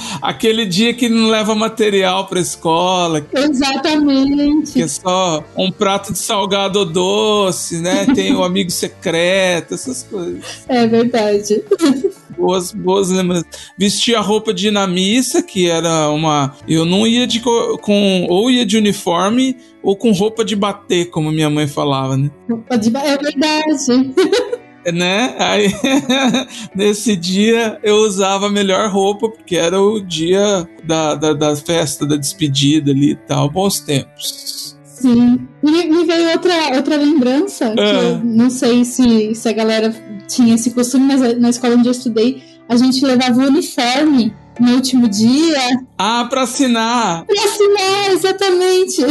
Aquele dia que não leva material pra escola. Exatamente. Que é só um prato de salgado doce, né? Tem o amigo secreto, essas coisas. É verdade. Boas lembranças. Vestia a roupa de ir na missa, que era uma... Eu não ia ou ia de uniforme ou com roupa de bater, como minha mãe falava, né? É verdade. Né? Aí, nesse dia eu usava a melhor roupa, porque era o dia da festa, da despedida ali e tal. Bons tempos. Sim. Me veio outra lembrança, que eu não sei se a galera tinha esse costume, mas na escola onde eu estudei, a gente levava o uniforme no último dia. Ah, pra assinar! Pra assinar, exatamente!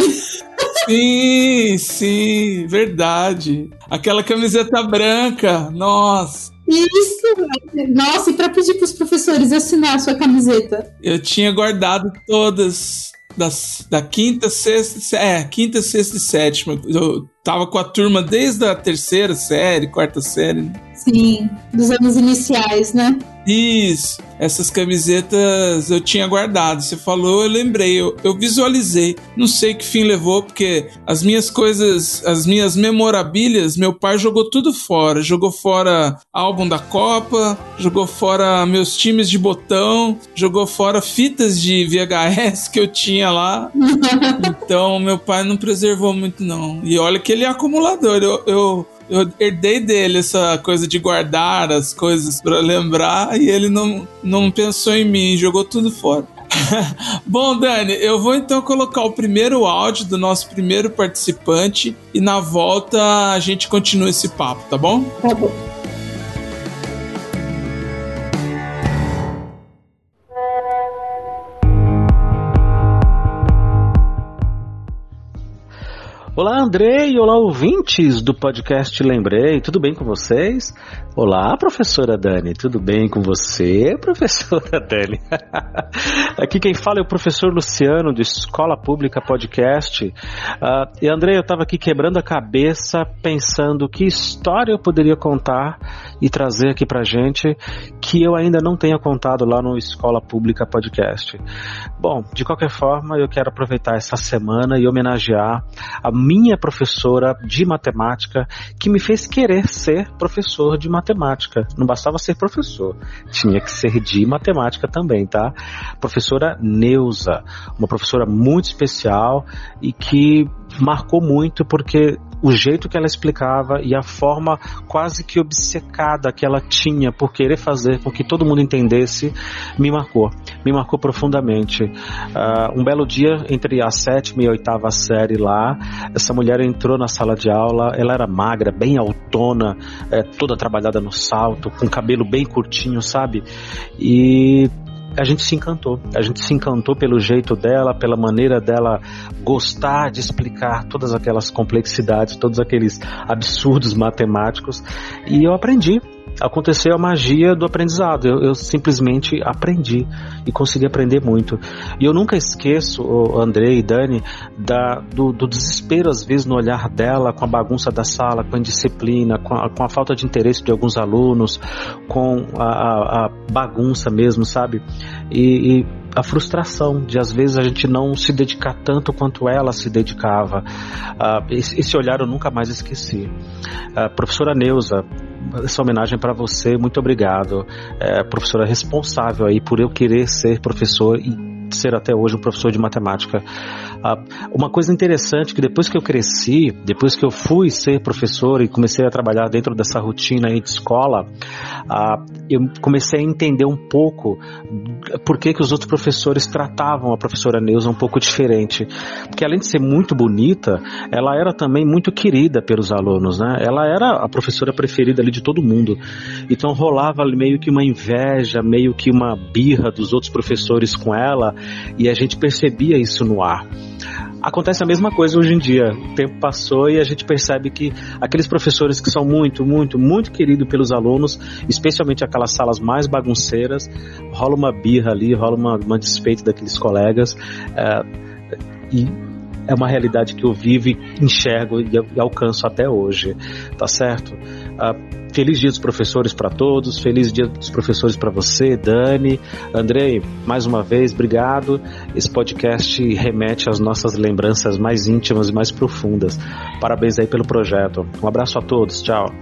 Sim, verdade. Aquela camiseta branca, nossa. Isso! Nossa, e pra pedir pros professores assinar a sua camiseta? Eu tinha guardado todas da quinta, sexta e sétima. Eu tava com a turma desde a terceira série, quarta série, né? Sim, dos anos iniciais, né? Isso, essas camisetas eu tinha guardado. Você falou, eu lembrei, eu visualizei. Não sei que fim levou, porque as minhas coisas, as minhas memorabilhas, meu pai jogou tudo fora. Jogou fora álbum da Copa, jogou fora meus times de botão, jogou fora fitas de VHS que eu tinha lá. Então meu pai não preservou muito, não. E olha que ele é acumulador. Eu herdei dele essa coisa de guardar as coisas pra lembrar, e ele não pensou em mim, jogou tudo fora. Bom, Dani, eu vou então colocar o primeiro áudio do nosso primeiro participante e na volta a gente continua esse papo, tá bom? Tá bom. Olá, Andrei, olá, ouvintes do podcast Lembrei, tudo bem com vocês? Olá, professora Dani, tudo bem com você, professora Dani? Aqui quem fala é o professor Luciano, do Escola Pública Podcast. E Andrei, eu estava aqui quebrando a cabeça, pensando que história eu poderia contar e trazer aqui pra gente, que eu ainda não tenha contado lá no Escola Pública Podcast. Bom, de qualquer forma, eu quero aproveitar essa semana e homenagear a minha professora de matemática, que me fez querer ser professor de matemática. Não bastava ser professor, tinha que ser de matemática também, tá? Professora Neuza, uma professora muito especial e que marcou muito porque o jeito que ela explicava e a forma quase que obcecada que ela tinha por querer fazer com que todo mundo entendesse, me marcou profundamente. Um belo dia, entre a 7ª e a 8ª série lá, essa mulher entrou na sala de aula, ela era magra, bem altona, toda trabalhada no salto, com cabelo bem curtinho, sabe? E a gente se encantou pelo jeito dela, pela maneira dela gostar de explicar todas aquelas complexidades, todos aqueles absurdos matemáticos, e eu aprendi. Aconteceu a magia do aprendizado, eu simplesmente aprendi e consegui aprender muito. E eu nunca esqueço, Andrei e Dani, do desespero às vezes no olhar dela, com a bagunça da sala, com a indisciplina, com a falta de interesse de alguns alunos, com a bagunça mesmo, sabe? E a frustração de às vezes a gente não se dedicar tanto quanto ela se dedicava. Esse olhar eu nunca mais esqueci. Professora Neuza, essa homenagem para você, muito obrigado. Professora responsável aí por eu querer ser professor e ser até hoje um professor de matemática. Uma coisa interessante que depois que eu cresci, depois que eu fui ser professor e comecei a trabalhar dentro dessa rotina aí de escola, eu comecei a entender um pouco por que os outros professores tratavam a professora Neuza um pouco diferente. Porque além de ser muito bonita, ela era também muito querida pelos alunos, né? Ela era a professora preferida ali de todo mundo. Então rolava ali meio que uma inveja, meio que uma birra dos outros professores com ela, e a gente percebia isso no ar. Acontece a mesma coisa hoje em dia. O tempo passou e a gente percebe que aqueles professores que são muito, muito, muito queridos pelos alunos, especialmente aquelas salas mais bagunceiras, rola uma birra ali, rola uma despeito daqueles colegas, e é uma realidade que eu vivo e enxergo e alcanço até hoje, tá certo? Feliz Dia dos Professores para todos, feliz Dia dos Professores para você, Dani. Andrei, mais uma vez, obrigado. Esse podcast remete às nossas lembranças mais íntimas e mais profundas. Parabéns aí pelo projeto. Um abraço a todos, tchau.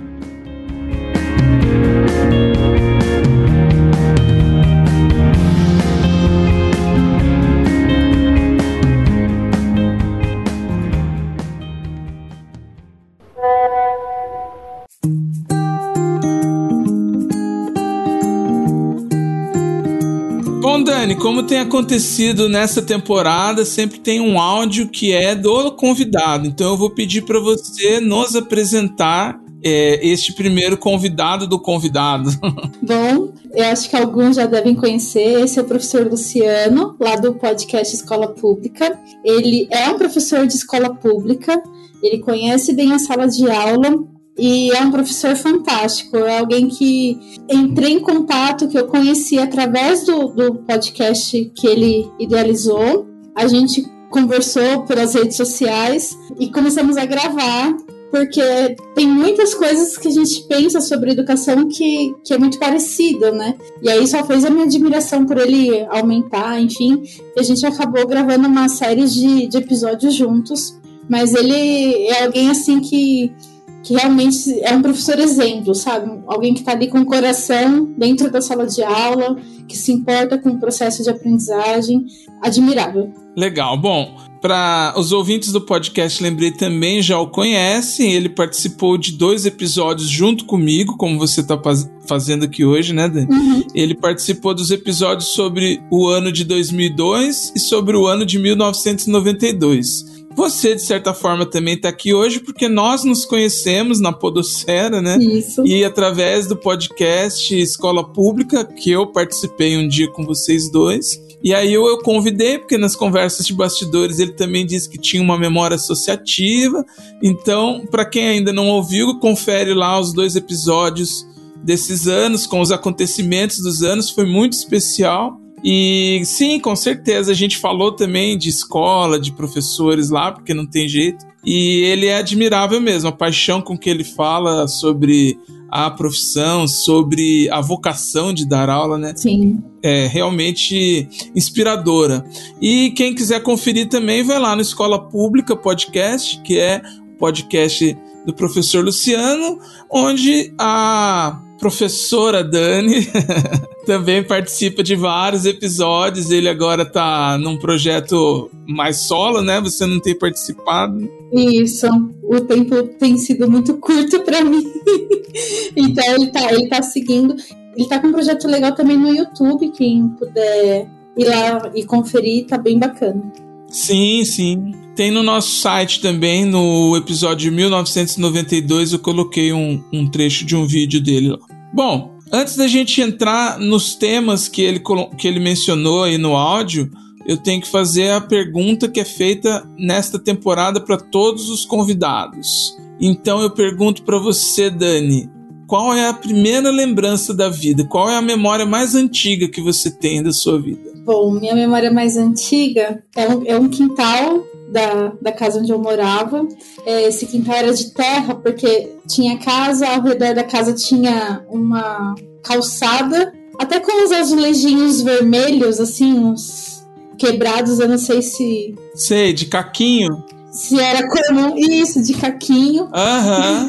Bom, Dani, como tem acontecido nessa temporada, sempre tem um áudio que é do convidado. Então eu vou pedir para você nos apresentar este primeiro convidado do convidado. Bom, eu acho que alguns já devem conhecer. Esse é o professor Luciano, lá do podcast Escola Pública. Ele é um professor de escola pública, ele conhece bem a sala de aula e é um professor fantástico. É alguém que entrei em contato, que eu conheci através do podcast que ele idealizou. A gente conversou pelas redes sociais e começamos a gravar, porque tem muitas coisas que a gente pensa sobre educação que é muito parecida, né? E aí só fez a minha admiração por ele aumentar, enfim. E a gente acabou gravando uma série de episódios juntos. Mas ele é alguém, assim, que realmente é um professor exemplo, sabe? Alguém que está ali com o coração dentro da sala de aula, que se importa com o processo de aprendizagem. Admirável. Legal. Bom, para os ouvintes do podcast Lembrei também já o conhecem. Ele participou de 2 episódios junto comigo, como você está fazendo aqui hoje, né, Dani? Uhum. Ele participou dos episódios sobre o ano de 2002 e sobre o ano de 1992. Você, de certa forma, também está aqui hoje porque nós nos conhecemos na podosfera, né? Isso. E através do podcast Escola Pública, que eu participei um dia com vocês dois. E aí eu convidei, porque nas conversas de bastidores ele também disse que tinha uma memória associativa. Então, para quem ainda não ouviu, confere lá os 2 episódios desses anos, com os acontecimentos dos anos. Foi muito especial. E sim, com certeza, a gente falou também de escola, de professores lá, porque não tem jeito. E ele é admirável mesmo, a paixão com que ele fala sobre a profissão, sobre a vocação de dar aula, né? Sim. É realmente inspiradora. E quem quiser conferir também, vai lá no Escola Pública Podcast, que é o podcast do professor Luciano, onde a professora Dani também participa de vários episódios. Ele agora tá num projeto mais solo, né? Você não tem participado. Isso. O tempo tem sido muito curto para mim. Então ele tá seguindo. Ele tá com um projeto legal também no YouTube. Quem puder ir lá e conferir, tá bem bacana. Sim, sim. Tem no nosso site também, no episódio de 1992, eu coloquei um trecho de um vídeo dele lá. Bom, antes da gente entrar nos temas que ele mencionou aí no áudio, eu tenho que fazer a pergunta que é feita nesta temporada para todos os convidados. Então eu pergunto para você, Dani, qual é a primeira lembrança da vida? Qual é a memória mais antiga que você tem da sua vida? Bom, minha memória mais antiga é um quintal da casa onde eu morava. Esse quintal era de terra, porque tinha casa, ao redor da casa tinha uma calçada, até com uns azulejinhos vermelhos, assim, uns quebrados, eu não sei se... Sei, de caquinho. Se era comum, isso, de caquinho. Aham.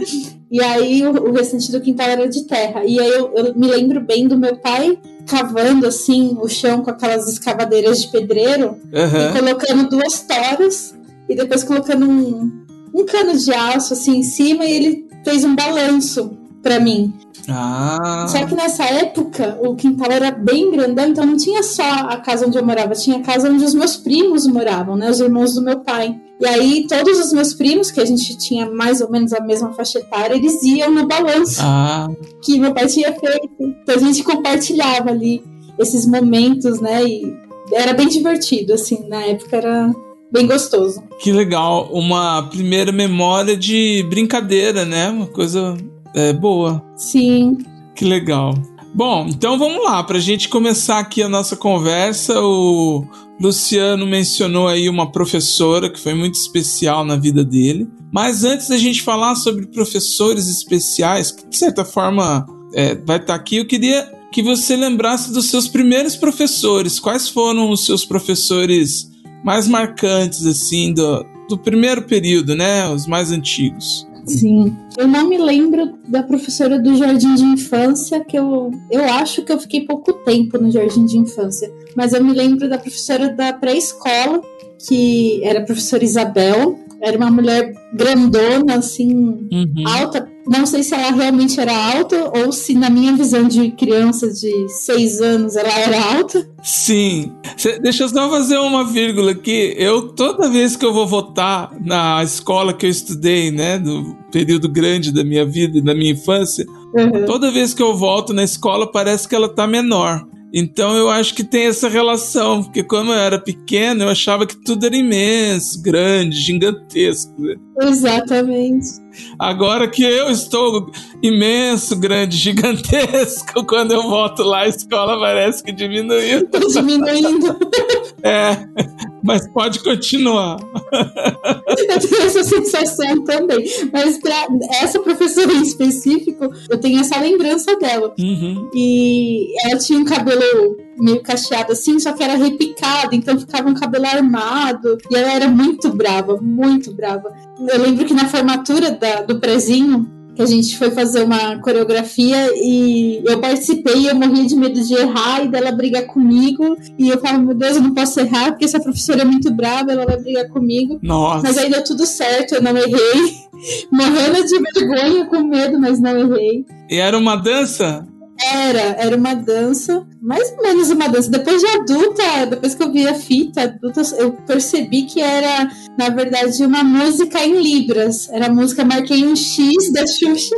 E aí o restante do quintal era de terra. E aí eu me lembro bem do meu pai cavando assim o chão com aquelas escavadeiras de pedreiro e colocando 2 toras e depois colocando um cano de aço assim em cima, e ele fez um balanço pra mim. Só que nessa época o quintal era bem grandão, então não tinha só a casa onde eu morava, tinha a casa onde os meus primos moravam, né, os irmãos do meu pai. E aí todos os meus primos, que a gente tinha mais ou menos a mesma faixa etária, eles iam no balanço que meu pai tinha feito. Então a gente compartilhava ali esses momentos, né, e era bem divertido, assim, na época era bem gostoso. Que legal, uma primeira memória de brincadeira, né, uma coisa boa. Sim. Que legal. Bom, então vamos lá, pra gente começar aqui a nossa conversa. O Luciano mencionou aí uma professora que foi muito especial na vida dele. Mas antes da gente falar sobre professores especiais, que de certa forma vai estar aqui, eu queria que você lembrasse dos seus primeiros professores. Quais foram os seus professores mais marcantes, assim, do primeiro período, né? Os mais antigos. Sim. Eu não me lembro da professora do jardim de infância, que eu acho que eu fiquei pouco tempo no jardim de infância. Mas eu me lembro da professora da pré-escola, que era a professora Isabel. Era uma mulher grandona, assim, alta. Não sei se ela realmente era alta ou se na minha visão de criança de 6 anos ela era alta. Sim. Deixa eu só fazer uma vírgula aqui. Toda vez que eu vou votar na escola que eu estudei, né, do período grande da minha vida e da minha infância, toda vez que eu volto na escola parece que ela tá menor. Então eu acho que tem essa relação, porque quando eu era pequeno eu achava que tudo era imenso, grande, gigantesco. Exatamente. Agora que eu estou imenso, grande, gigantesco, quando eu volto lá a escola parece que diminuiu. Tô diminuindo. Mas pode continuar. Eu tenho essa sensação também. Mas para essa professora em específico, eu tenho essa lembrança dela. E ela tinha um cabelo meio cacheado assim, só que era repicado, então ficava um cabelo armado. E ela era muito brava, muito brava. Eu lembro que na formatura do prezinho, que a gente foi fazer uma coreografia e eu participei e eu morria de medo de errar e dela brigar comigo. E eu falava, meu Deus, eu não posso errar porque essa professora é muito brava, ela vai brigar comigo. Nossa. Mas aí deu tudo certo, eu não errei. Morrendo de vergonha, com medo, mas não errei. E era uma dança? Era uma dança, mais ou menos uma dança. Depois de adulta, depois que eu vi a fita adulta, eu percebi que era, na verdade, uma música em Libras. Era a música Marquei um X da Xuxa.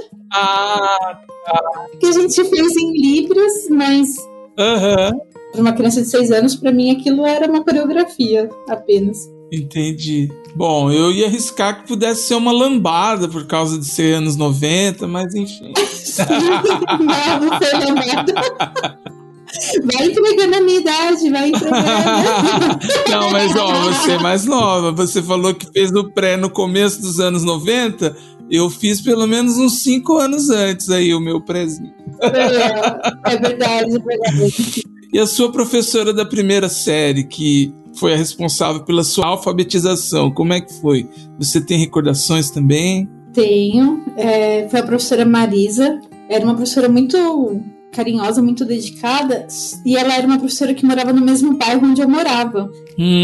Que a gente fez em Libras, mas para uma criança de 6 anos, para mim aquilo era uma coreografia apenas. Entendi. Bom, eu ia arriscar que pudesse ser uma lambada por causa de ser anos 90, mas enfim. Não foi lambada. Vai entregando a minha idade, vai entregando. Não, mas você é mais nova. Você falou que fez o pré no começo dos anos 90. Eu fiz pelo menos uns 5 anos antes aí o meu prézinho. É verdade, é verdade. E a sua professora da primeira série, que foi a responsável pela sua alfabetização, como é que foi? Você tem recordações também? Tenho. Foi a professora Marisa. Era uma professora muito carinhosa, muito dedicada. E ela era uma professora que morava no mesmo bairro onde eu morava.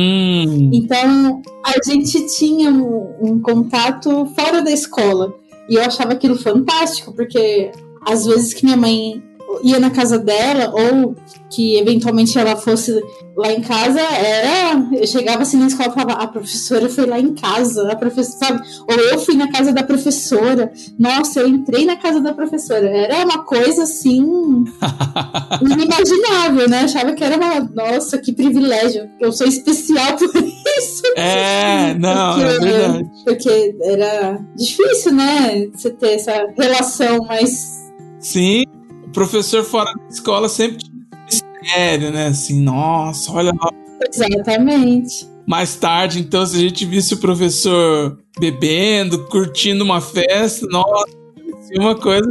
Então, a gente tinha um contato fora da escola. E eu achava aquilo fantástico, porque às vezes que minha mãe ia na casa dela, ou que eventualmente ela fosse lá em casa, eu chegava assim na escola e falava, a professora foi lá em casa, a professora, sabe? Ou eu fui na casa da professora, nossa, eu entrei na casa da professora. Era uma coisa assim inimaginável, né? Achava que era nossa, que privilégio, eu sou especial por isso. É verdade. Porque era difícil, né? Você ter essa relação mais... Sim. O professor fora da escola sempre tinha mistério, né? Assim, nossa, olha lá. Exatamente. Mais tarde, então, se a gente visse o professor bebendo, curtindo uma festa, nossa, parecia uma coisa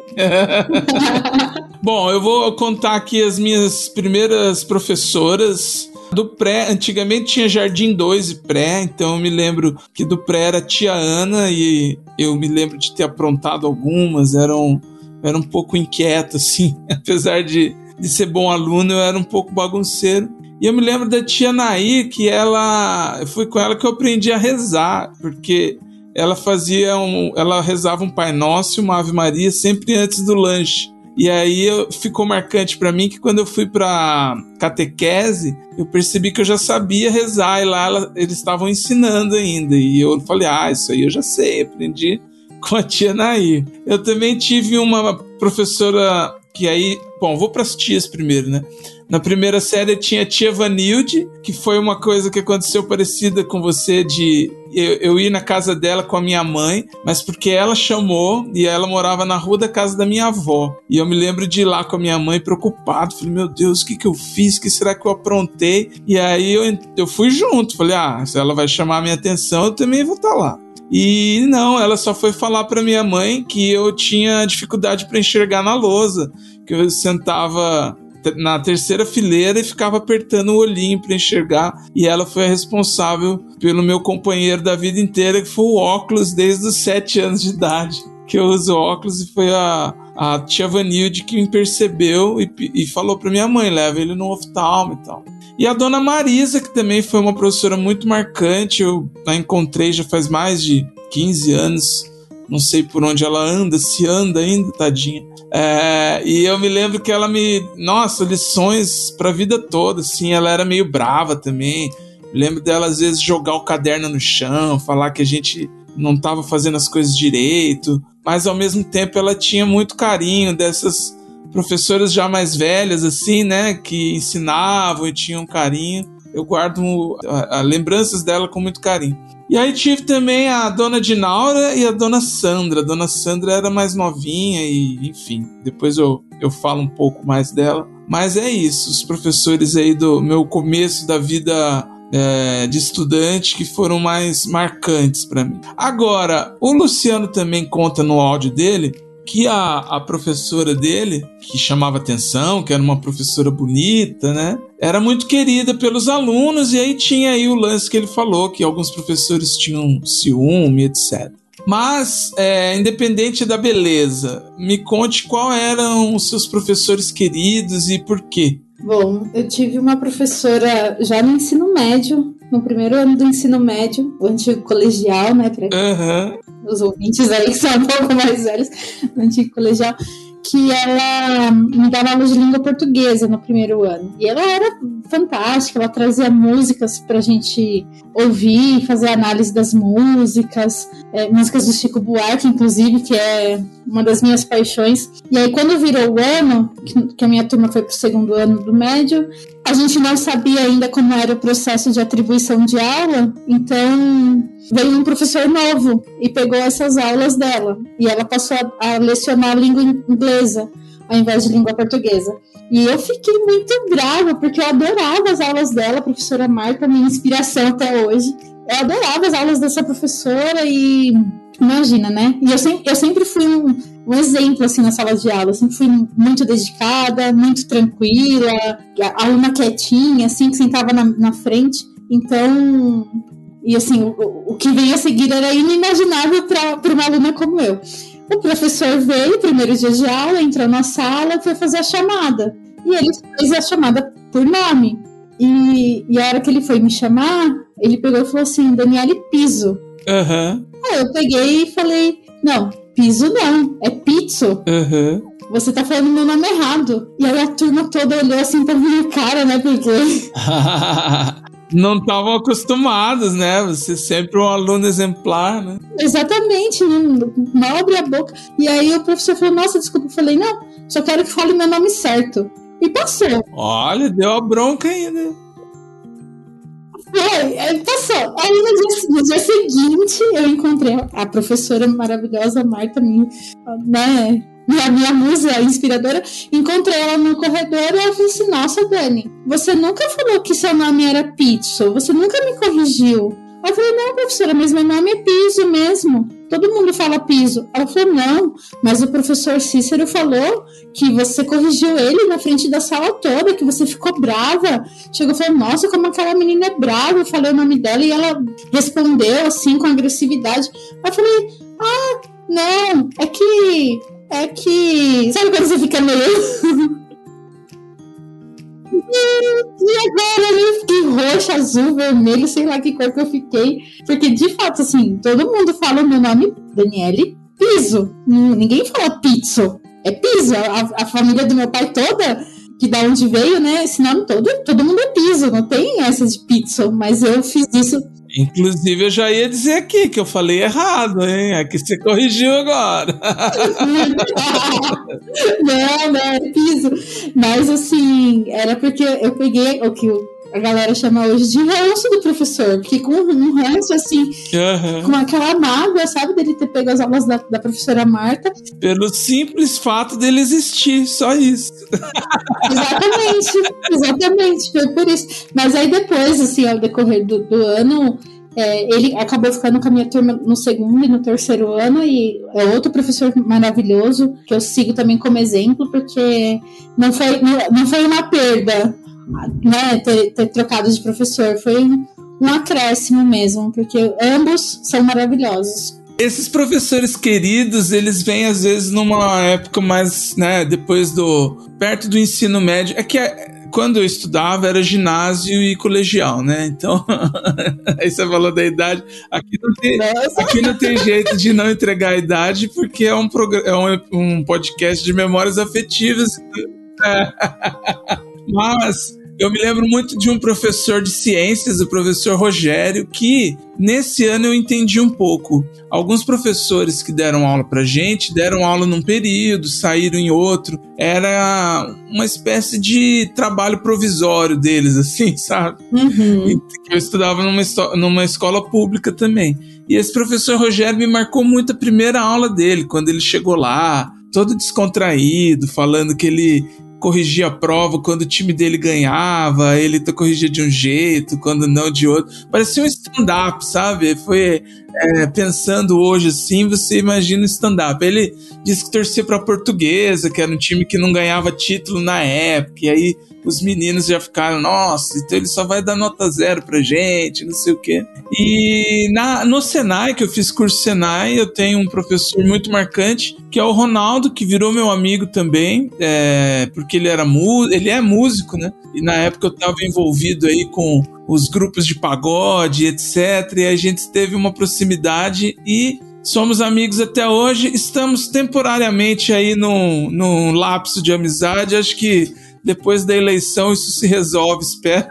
assim. Bom, eu vou contar aqui as minhas primeiras professoras. Do pré, antigamente tinha Jardim 2 e pré, então eu me lembro que do pré era a tia Ana e eu me lembro de ter aprontado algumas, era um pouco inquieto, assim, apesar de ser bom aluno, eu era um pouco bagunceiro. E eu me lembro da tia Nair, que foi com ela que eu aprendi a rezar, porque ela rezava um Pai Nosso e uma Ave Maria sempre antes do lanche. E aí ficou marcante pra mim que quando eu fui pra catequese, eu percebi que eu já sabia rezar, e lá eles estavam ensinando ainda. E eu falei, isso aí eu já sei, aprendi com a tia Nair. Eu também tive uma professora que aí... Bom, vou pras tias primeiro, né? Na primeira série tinha a tia Vanilde, que foi uma coisa que aconteceu parecida com você, de eu ir na casa dela com a minha mãe, mas porque ela chamou e ela morava na rua da casa da minha avó. E eu me lembro de ir lá com a minha mãe preocupado, falei, meu Deus, o que eu fiz? O que será que eu aprontei? E aí eu fui junto, falei, se ela vai chamar a minha atenção, eu também vou estar lá. E não, ela só foi falar pra minha mãe que eu tinha dificuldade para enxergar na lousa, que eu sentava na terceira fileira e ficava apertando o olhinho para enxergar, e ela foi a responsável pelo meu companheiro da vida inteira, que foi o óculos desde os 7 anos de idade, que eu uso óculos, e foi a tia Vanilde que me percebeu e falou pra minha mãe, leva ele no oftalmo e tal. E a dona Marisa, que também foi uma professora muito marcante, eu a encontrei já faz mais de 15 anos, não sei por onde ela anda, se anda ainda, tadinha. E eu me lembro que ela nossa, lições pra vida toda, assim, ela era meio brava também. Me lembro dela às vezes jogar o caderno no chão, falar que a gente não estava fazendo as coisas direito, mas ao mesmo tempo ela tinha muito carinho dessas professoras já mais velhas, assim, né, que ensinavam e tinham carinho. Eu guardo lembranças dela com muito carinho. E aí tive também a dona Dinaura e a dona Sandra. A dona Sandra era mais novinha e, enfim, depois eu falo um pouco mais dela. Mas é isso, os professores aí do meu começo da vida de estudante que foram mais marcantes para mim. Agora, o Luciano também conta no áudio dele que a professora dele, que chamava atenção, que era uma professora bonita, né? Era muito querida pelos alunos, e aí tinha aí o lance que ele falou, que alguns professores tinham ciúme, etc. Mas, independente da beleza, me conte qual eram os seus professores queridos e por quê. Bom, eu tive uma professora já no ensino médio, no primeiro ano do ensino médio, o antigo colegial, né? Os ouvintes aí que são um pouco mais velhos, no antigo colegial, que ela me dava aula de língua portuguesa no primeiro ano. E ela era fantástica, ela trazia músicas pra gente ouvir, fazer análise das músicas, músicas do Chico Buarque, inclusive, que é uma das minhas paixões. E aí, quando virou o ano, que a minha turma foi pro segundo ano do médio, a gente não sabia ainda como era o processo de atribuição de aula, então veio um professor novo e pegou essas aulas dela. E ela passou a lecionar língua inglesa ao invés de língua portuguesa. E eu fiquei muito brava, porque eu adorava as aulas dela, a professora Marta, minha inspiração até hoje. Eu adorava as aulas dessa professora e... Imagina, né? E eu sempre fui um exemplo, assim, na sala de aula. Eu sempre fui muito dedicada, muito tranquila, aluna quietinha, assim, que sentava na frente. Então... E, assim, o que vem a seguir era inimaginável para uma aluna como eu. O professor veio, primeiro dia de aula, entrou na sala, foi fazer a chamada. E ele fez a chamada por nome. E a hora que ele foi me chamar, ele pegou e falou assim, Daniele Piso. Aham. Aí eu peguei e falei, não, Piso não, é Pizzo. Você tá falando meu nome errado. E aí a turma toda olhou assim pra minha cara, né, porque... Não estavam acostumados, né? Você sempre um aluno exemplar, né? Exatamente, não abre a boca. E aí o professor falou, nossa, desculpa. Eu falei, não, só quero que fale meu nome certo. E passou. Olha, deu a bronca ainda. Foi, passou. Aí no dia seguinte eu encontrei a professora maravilhosa Marta, né? Minha musa inspiradora, encontrei ela no corredor e ela falou assim, nossa, Dani, você nunca falou que seu nome era Pizzo, você nunca me corrigiu. Eu falei, não, professora, mas meu nome é Piso mesmo, todo mundo fala Piso. Ela falou, não, mas o professor Cícero falou que você corrigiu ele na frente da sala toda, que você ficou brava. Chegou e falou, nossa, como aquela menina é brava. Eu falei o nome dela e ela respondeu assim, com agressividade. Eu falei, não, é que... Sabe quando você fica meio... E agora eu fiquei roxa, azul, vermelho, sei lá que cor que eu fiquei. Porque de fato, assim, todo mundo fala o meu nome, Daniele Piso. Ninguém fala Pizzo. É Piso. A família do meu pai toda, que da onde veio, né? Esse nome todo mundo é Piso. Não tem essa de Pizzo. Mas eu fiz isso Inclusive, eu já ia dizer aqui que eu falei errado, hein? Aqui você corrigiu agora. Não, é piso. Mas assim, era porque eu peguei o que a galera chama hoje de ranço do professor. Porque com um ranço, assim, com aquela mágoa, sabe, dele ter pego as aulas da professora Marta. Pelo simples fato dele existir, só isso. Exatamente, foi por isso. Mas aí depois, assim, ao decorrer do ano, ele acabou ficando com a minha turma no segundo e no terceiro ano, e é outro professor maravilhoso, que eu sigo também como exemplo, porque não foi uma perda, né, ter trocado de professor, foi um acréscimo mesmo, porque ambos são maravilhosos. Esses professores queridos, eles vêm às vezes numa época mais, né, perto do ensino médio. É que quando eu estudava era ginásio e colegial, né? Então, aí você falou da idade. Aqui não tem jeito de não entregar a idade, porque é um podcast de memórias afetivas. Mas eu me lembro muito de um professor de ciências, o professor Rogério, que nesse ano eu entendi um pouco. Alguns professores que deram aula pra gente, deram aula num período, saíram em outro. Era uma espécie de trabalho provisório deles, assim, sabe? Uhum. Eu estudava numa escola pública também. E esse professor Rogério me marcou muito a primeira aula dele, quando ele chegou lá, todo descontraído, falando que ele corrigia a prova quando o time dele ganhava, ele corrigia de um jeito, quando não de outro. Parecia um stand-up, sabe? Foi pensando hoje assim, você imagina um stand-up. Ele disse que torcia pra Portuguesa, que era um time que não ganhava título na época, e aí os meninos já ficaram, nossa, então ele só vai dar nota 0 pra gente, não sei o quê. E no Senai, que eu fiz curso Senai, eu tenho um professor muito marcante, que é o Ronaldo, que virou meu amigo também, porque ele é músico, né? E na época eu estava envolvido aí com os grupos de pagode, etc. E a gente teve uma proximidade e somos amigos até hoje. Estamos temporariamente aí num lapso de amizade. Acho que depois da eleição isso se resolve, espero.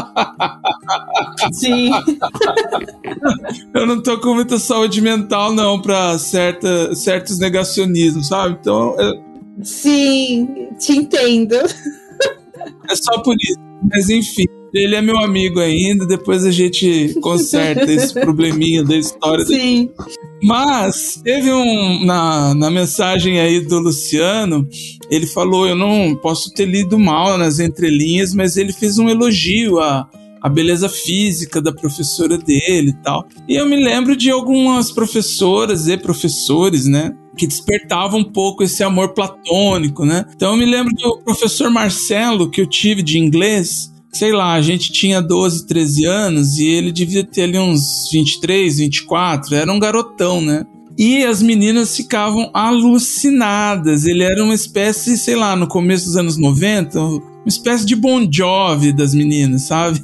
Sim. Eu não tô com muita saúde mental, não, para certos negacionismos, sabe? Então... Sim, te entendo. É só por isso. Mas enfim, ele é meu amigo ainda, depois a gente conserta esse probleminha da história. Sim. Mas teve na mensagem aí do Luciano, ele falou, eu não posso ter lido mal nas entrelinhas, mas ele fez um elogio à beleza física da professora dele e tal. E eu me lembro de algumas professoras e professores, né, que despertavam um pouco esse amor platônico, né? Então eu me lembro do professor Marcelo, que eu tive de inglês, sei lá, a gente tinha 12, 13 anos e ele devia ter ali uns 23, 24, era um garotão, né? E as meninas ficavam alucinadas, ele era uma espécie, sei lá, no começo dos anos 90, uma espécie de Bon Jovi das meninas, sabe?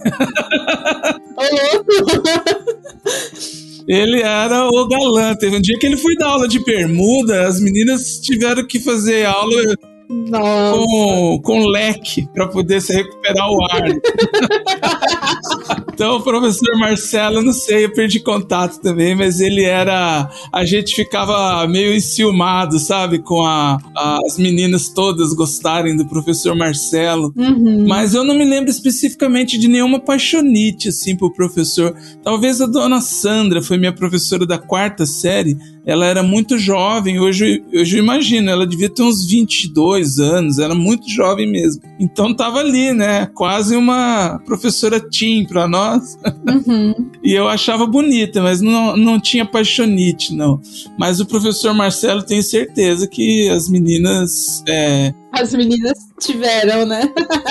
Ele era o galã. Teve um dia que ele foi dar aula de bermuda, as meninas tiveram que fazer aula com leque para poder se recuperar o ar. Então, o professor Marcelo, não sei, eu perdi contato também, mas ele era... A gente ficava meio enciumado, sabe? Com as meninas todas gostarem do professor Marcelo. Uhum. Mas eu não me lembro especificamente de nenhuma paixonite, assim, pro professor. Talvez a dona Sandra foi minha professora da 4ª série. Ela era muito jovem, hoje eu imagino, ela devia ter uns 22 anos, era muito jovem mesmo. Então tava ali, né, quase uma professora teen pra nós. Uhum. E eu achava bonita, mas não tinha paixonite, não. Mas o professor Marcelo, tenho certeza que as meninas... As meninas tiveram, né?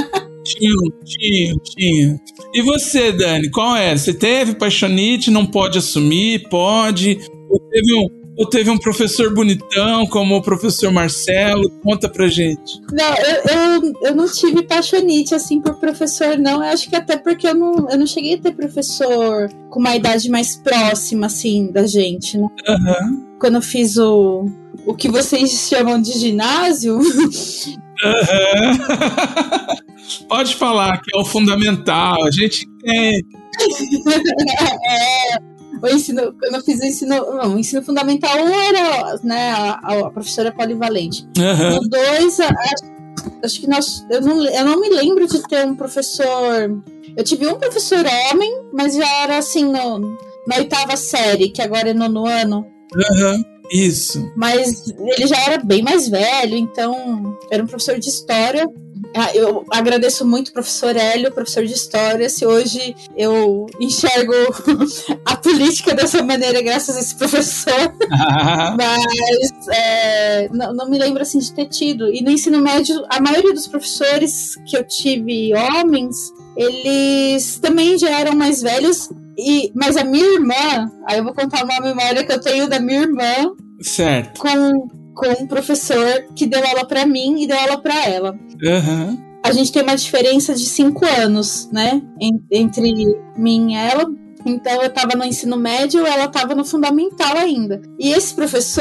Tinha. E você, Dani, qual era? Você teve paixonite, não pode assumir, pode... Ou teve um professor bonitão, como o professor Marcelo? Conta pra gente. Não, eu não tive paixonite, assim, por professor, não. Eu acho que até porque eu não cheguei a ter professor com uma idade mais próxima, assim, da gente, né? Uhum. Quando eu fiz o que vocês chamam de ginásio... Uhum. Pode falar que é o fundamental. A gente O ensino, quando eu fiz o ensino fundamental 1 era, né, a professora polivalente. Uhum. No 2, acho que eu não me lembro de ter um professor. Eu tive um professor homem, mas já era assim na 8ª série, que agora é 9º ano. Uhum. Isso. Mas ele já era bem mais velho, então era um professor de história. Eu agradeço muito o professor Hélio, professor de história. Se hoje eu enxergo a política dessa maneira graças a esse professor. Mas não me lembro assim de ter tido. E no ensino médio, a maioria dos professores que eu tive homens, eles também já eram mais velhos. Mas a minha irmã, aí eu vou contar uma memória que eu tenho da minha irmã. Certo. Com um professor que deu aula pra mim e deu aula pra ela. Uhum. A gente tem uma diferença de 5 anos, né? Entre mim e ela. Então eu tava no ensino médio, ela tava no fundamental ainda. E esse professor,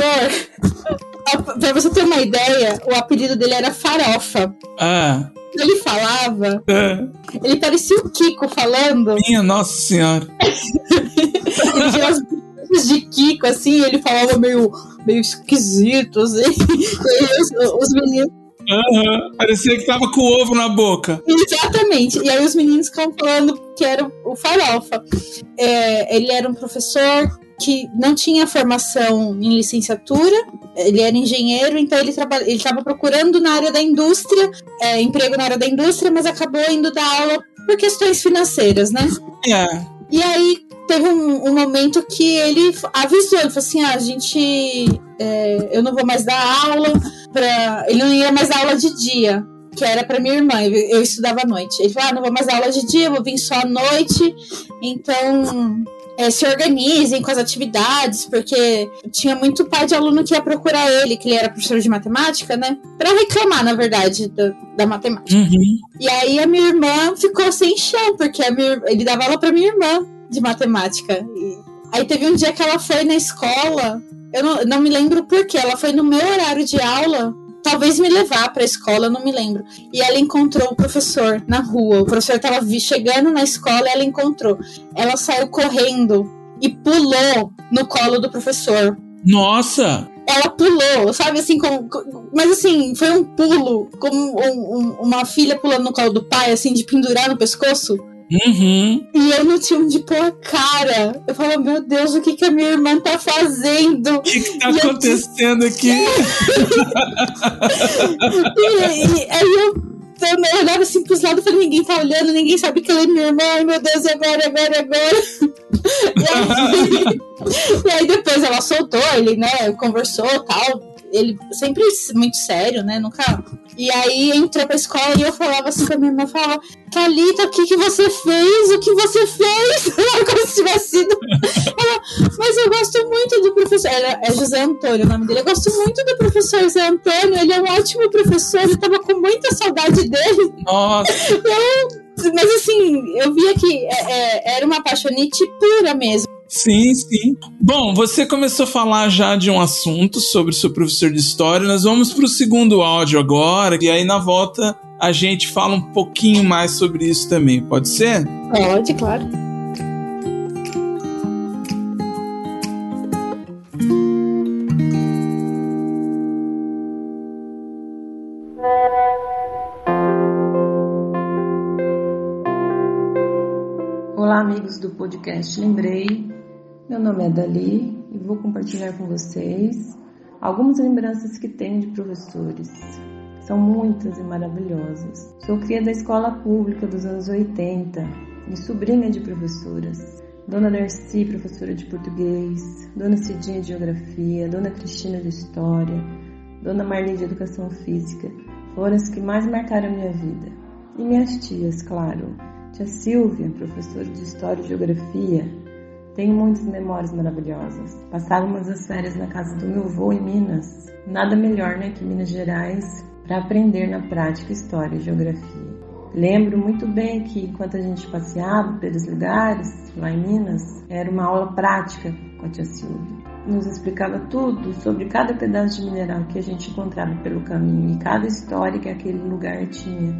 pra você ter uma ideia, o apelido dele era Farofa. Ah. Ele falava, ele parecia o Kiko falando. Minha Nossa Senhora. Ele tinha as bocas de Kiko, assim, ele falava meio esquisito, assim. Os meninos. Uhum. Parecia que tava com o ovo na boca. Exatamente. E aí os meninos ficavam falando que era o Farofa. Ele era um professor que não tinha formação em licenciatura, ele era engenheiro, então ele estava procurando na área da indústria, emprego na área da indústria, mas acabou indo dar aula por questões financeiras, né? E aí teve um momento que ele avisou, ele falou assim, eu não vou mais dar aula, ele não ia mais dar aula de dia, que era pra minha irmã, eu estudava à noite. Ele falou, não vou mais dar aula de dia, eu vou vir só à noite, então se organizem com as atividades, porque tinha muito pai de aluno que ia procurar ele, que ele era professor de matemática, né, pra reclamar, na verdade, da matemática. Uhum. E aí a minha irmã ficou sem chão, porque ele dava aula pra minha irmã de matemática. Aí teve um dia que ela foi na escola, eu não me lembro porquê, ela foi no meu horário de aula, talvez me levar pra escola, eu não me lembro. E ela encontrou o professor na rua. O professor tava chegando na escola e ela encontrou. Ela saiu correndo e pulou no colo do professor. Nossa! Ela pulou, sabe, assim, mas assim, foi um pulo, como uma filha pulando no colo do pai, assim, de pendurar no pescoço. Uhum. E eu não tinha onde pôr a cara. Eu falava, meu Deus, o que a minha irmã tá fazendo? O que tá acontecendo aqui? E aí eu olhava assim pros lados e falei, ninguém tá olhando, ninguém sabe que ela é minha irmã. Ai, meu Deus, e agora? E aí depois ela soltou, ele, né, conversou e tal. Ele sempre muito sério, né, nunca... E aí entrou pra escola e eu falava assim pra minha irmã, falava, Thalita, o que você fez? O que você fez? Como se tivesse sido... Ela, mas eu gosto muito do professor... É José Antônio o nome dele. Eu gosto muito do professor José Antônio, ele é um ótimo professor, eu tava com muita saudade dele. Nossa! Mas assim, eu via que era uma apaixonite pura mesmo. Sim, sim. Bom, você começou a falar já de um assunto sobre o seu professor de história. Nós vamos para o segundo áudio agora, e aí na volta a gente fala um pouquinho mais sobre isso também. Pode ser? Pode, claro. Olá, amigos do podcast Lembrei. Meu nome é Dali e vou compartilhar com vocês algumas lembranças que tenho de professores. São muitas e maravilhosas. Sou cria da escola pública dos anos 80 e sobrinha de professoras. Dona Darcy, professora de português, Dona Cidinha de geografia, Dona Cristina de história, Dona Marli de educação física. Foram as que mais marcaram a minha vida. E minhas tias, claro. Tia Silvia, professora de história e geografia. Tenho muitas memórias maravilhosas. Passávamos as férias na casa do meu avô em Minas. Nada melhor, né, que Minas Gerais para aprender na prática história e geografia. Lembro muito bem que enquanto a gente passeava pelos lugares lá em Minas, era uma aula prática com a tia Silvia. Nos explicava tudo sobre cada pedaço de mineral que a gente encontrava pelo caminho e cada história que aquele lugar tinha.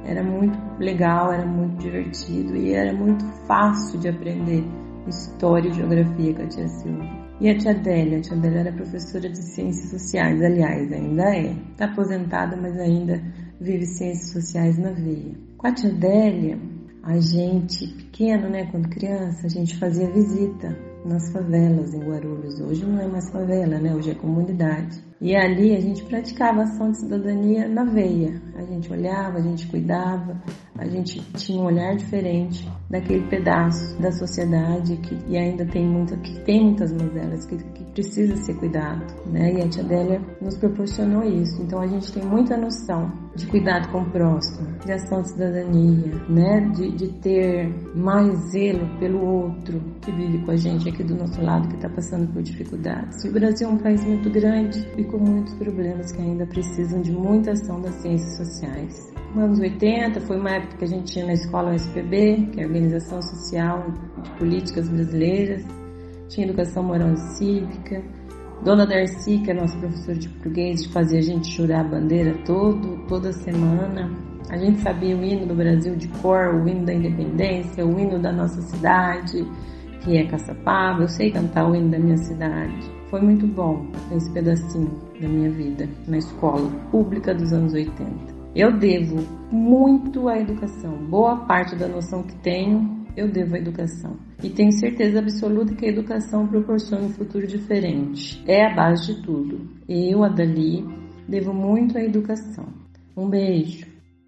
Era muito legal, era muito divertido e era muito fácil de aprender história e geografia com a tia Silvia. E a tia Adélia era professora de Ciências Sociais, aliás, ainda é. Está aposentada, mas ainda vive Ciências Sociais na veia. Com a tia Adélia, a gente, pequeno, né, quando criança, a gente fazia visita nas favelas em Guarulhos. Hoje não é mais favela, né, hoje é comunidade. E ali a gente praticava ação de cidadania na veia. A gente olhava, a gente cuidava, a gente tinha um olhar diferente daquele pedaço da sociedade que ainda tem muitas mazelas, que precisa ser cuidado, né? E a tia Adélia nos proporcionou isso. Então a gente tem muita noção de cuidado com o próximo, de ação de cidadania, né? De ter mais zelo pelo outro que vive com a gente aqui do nosso lado, que está passando por dificuldades. E o Brasil é um país muito grande e com muitos problemas que ainda precisam de muita ação das ciências sociais. Nos anos 80 foi uma época que a gente tinha na escola o SPB, que é a Organização Social de Políticas Brasileiras, tinha Educação Moral e Cívica. Dona Darcy, que é nossa professora de português, fazia a gente jurar a bandeira toda semana. A gente sabia o hino do Brasil de cor, o hino da independência, o hino da nossa cidade, que é Caçapava. Eu sei cantar o hino da minha cidade. Foi muito bom esse pedacinho da minha vida na escola pública dos anos 80. Eu devo muito à educação. Boa parte da noção que tenho, eu devo à educação. E tenho certeza absoluta que a educação proporciona um futuro diferente. É a base de tudo. Eu, a Dali, devo muito à educação. Um beijo.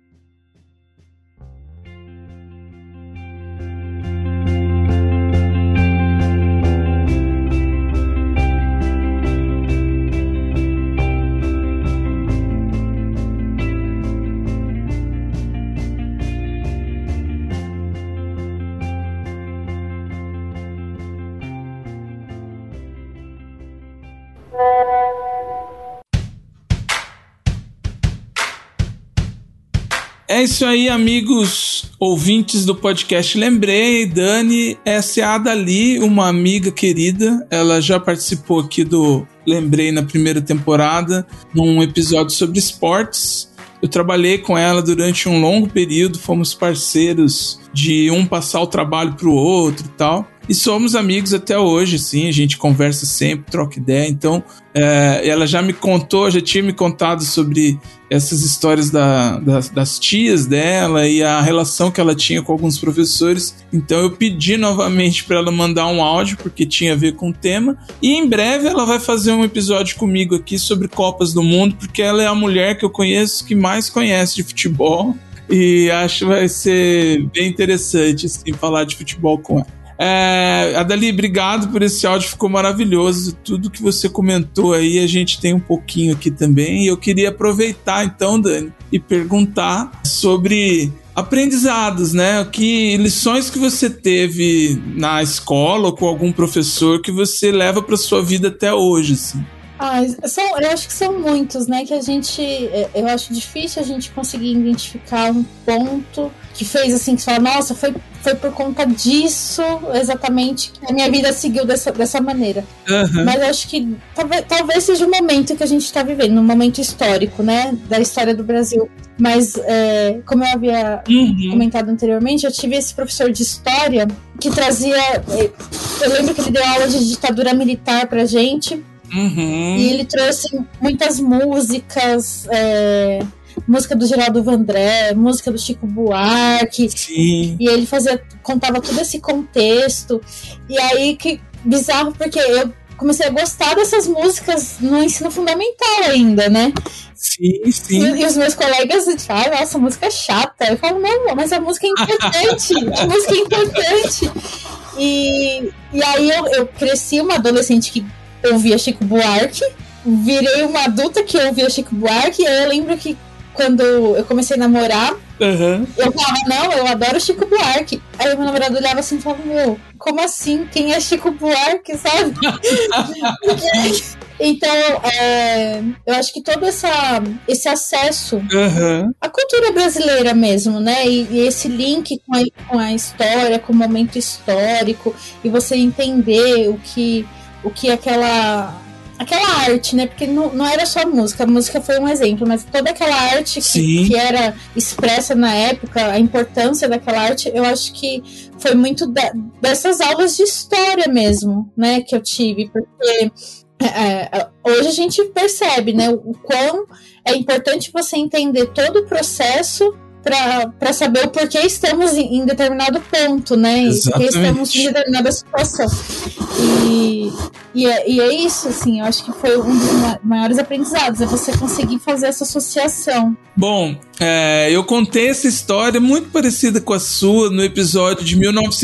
É isso aí, amigos ouvintes do podcast Lembrei. Dani, essa é a Dali, uma amiga querida. Ela já participou aqui do Lembrei na primeira temporada, num episódio sobre esportes. Eu trabalhei com ela durante um longo período, fomos parceiros de um passar o trabalho pro outro e tal. E somos amigos até hoje, sim, a gente conversa sempre, troca ideia. Então, ela já tinha me contado sobre essas histórias das tias dela e a relação que ela tinha com alguns professores. Então eu pedi novamente para ela mandar um áudio, porque tinha a ver com o tema. E em breve ela vai fazer um episódio comigo aqui sobre Copas do Mundo, porque ela é a mulher que eu conheço que mais conhece de futebol. E acho que vai ser bem interessante assim, falar de futebol com ela. Adali, obrigado por esse áudio, ficou maravilhoso. Tudo que você comentou aí a gente tem um pouquinho aqui também. E eu queria aproveitar então, Dani, e perguntar sobre aprendizados, né? Que lições que você teve na escola ou com algum professor que você leva para sua vida até hoje, assim. Eu acho que são muitos, né? Que eu acho difícil a gente conseguir identificar um ponto que fez assim, que você fala, nossa, foi por conta disso exatamente que a minha vida seguiu dessa maneira. Uhum. Mas eu acho que talvez seja o momento que a gente está vivendo, um momento histórico, né? Da história do Brasil. Mas, como eu havia comentado anteriormente, eu tive esse professor de história que trazia... Eu lembro que ele deu aula de ditadura militar pra gente. Uhum. E ele trouxe muitas músicas, música do Geraldo Vandré, música do Chico Buarque. Sim. E ele contava todo esse contexto. E aí, que bizarro, porque eu comecei a gostar dessas músicas no ensino fundamental ainda, né? Sim, sim. E os meus colegas falam, nossa, a música é chata. Eu falo, não, mas a música é importante. A música é importante. E aí eu cresci uma adolescente que ouvia Chico Buarque, virei uma adulta que ouvia Chico Buarque, e aí eu lembro que quando eu comecei a namorar, eu falava, não, eu adoro Chico Buarque. Aí meu namorado olhava assim e falava, meu, como assim? Quem é Chico Buarque, sabe? Então, eu acho que todo esse acesso à cultura brasileira mesmo, né? E esse link com a história, com o momento histórico, e você entender o que aquela aquela arte, né? Porque não era só a música foi um exemplo, mas toda aquela arte que era expressa na época, a importância daquela arte, eu acho que foi muito dessas aulas de história mesmo, né? Que eu tive, porque hoje a gente percebe, né? O quão é importante você entender todo o processo para saber o porquê estamos em determinado ponto, né? Exatamente. Porque estamos em determinada situação. E é isso, assim, eu acho que foi um dos maiores aprendizados, é você conseguir fazer essa associação. Bom, eu contei essa história muito parecida com a sua no episódio de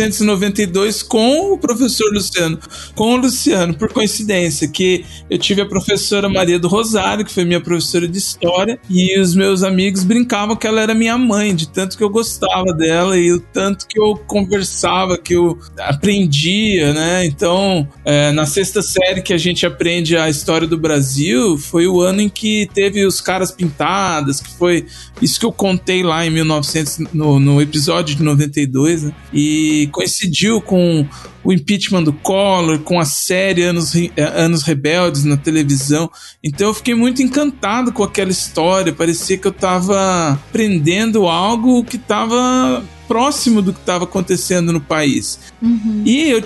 1992 com o professor Luciano, com o Luciano, por coincidência, que eu tive a professora Maria do Rosário, que foi minha professora de história, e os meus amigos brincavam que ela era minha mãe, de tanto que eu gostava dela e o tanto que eu conversava, que eu aprendia, né? Então, na sexta série que a gente aprende a história do Brasil, foi o ano em que teve os caras pintadas, que foi isso que eu contei lá em 1900, no episódio de 92, né? E coincidiu com o impeachment do Collor, com a série Anos Rebeldes na televisão. Então eu fiquei muito encantado com aquela história, parecia que eu estava aprendendo algo que estava próximo do que estava acontecendo no país. Uhum. E eu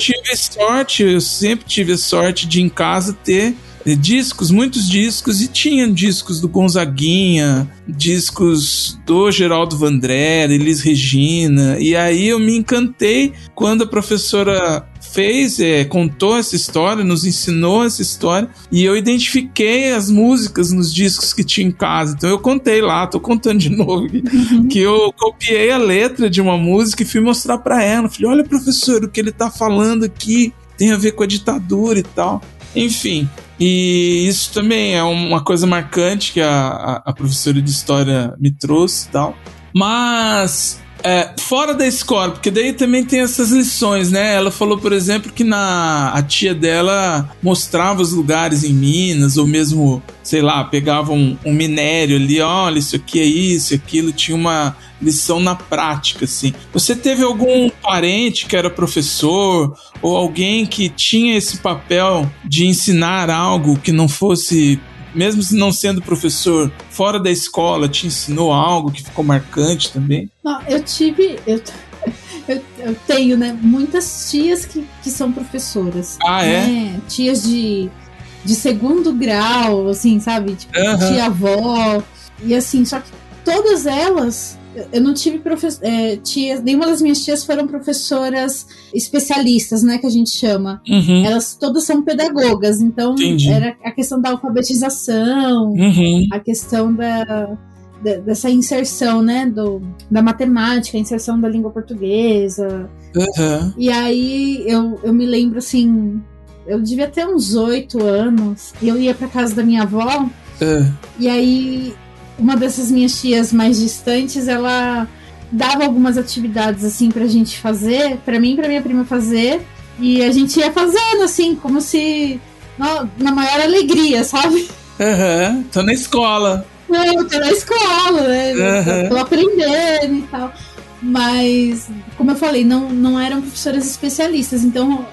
sempre tive a sorte de em casa ter discos, muitos discos, e tinha discos do Gonzaguinha, discos do Geraldo Vandré, Elis Regina, e aí eu me encantei quando a professora contou essa história, nos ensinou essa história, e eu identifiquei as músicas nos discos que tinha em casa. Então eu contei lá, tô contando de novo aqui, que eu copiei a letra de uma música e fui mostrar pra ela. Falei, olha, professor, o que ele tá falando aqui tem a ver com a ditadura e tal. Enfim, e isso também é uma coisa marcante que a professora de história me trouxe e tal. Mas fora da escola, porque daí também tem essas lições, né? Ela falou, por exemplo, que a tia dela mostrava os lugares em Minas, ou mesmo, sei lá, pegava um minério ali, olha, isso aqui é isso, aquilo, tinha uma lição na prática, assim. Você teve algum parente que era professor, ou alguém que tinha esse papel de ensinar algo que não fosse, mesmo não sendo professor, fora da escola, te ensinou algo que ficou marcante também? Não, eu tenho, né, muitas tias que são professoras. Ah, né? Tias de segundo grau, assim, sabe? Tipo, tia-avó. E assim, só que todas elas, eu não tive tias, nenhuma das minhas tias foram professoras especialistas, né, que a gente chama. Uhum. Elas todas são pedagogas, então Entendi. Era a questão da alfabetização, a questão dessa inserção, né, da matemática, a inserção da língua portuguesa. E aí eu me lembro, assim, eu devia ter uns 8 anos, e eu ia pra casa da minha avó, e aí uma dessas minhas tias mais distantes, ela dava algumas atividades, assim, pra gente fazer, pra mim e pra minha prima fazer, e a gente ia fazendo, assim, como se na maior alegria, sabe? Tô na escola. Eu tô na escola, né? Tô aprendendo e tal. Mas, como eu falei, não eram professoras especialistas, então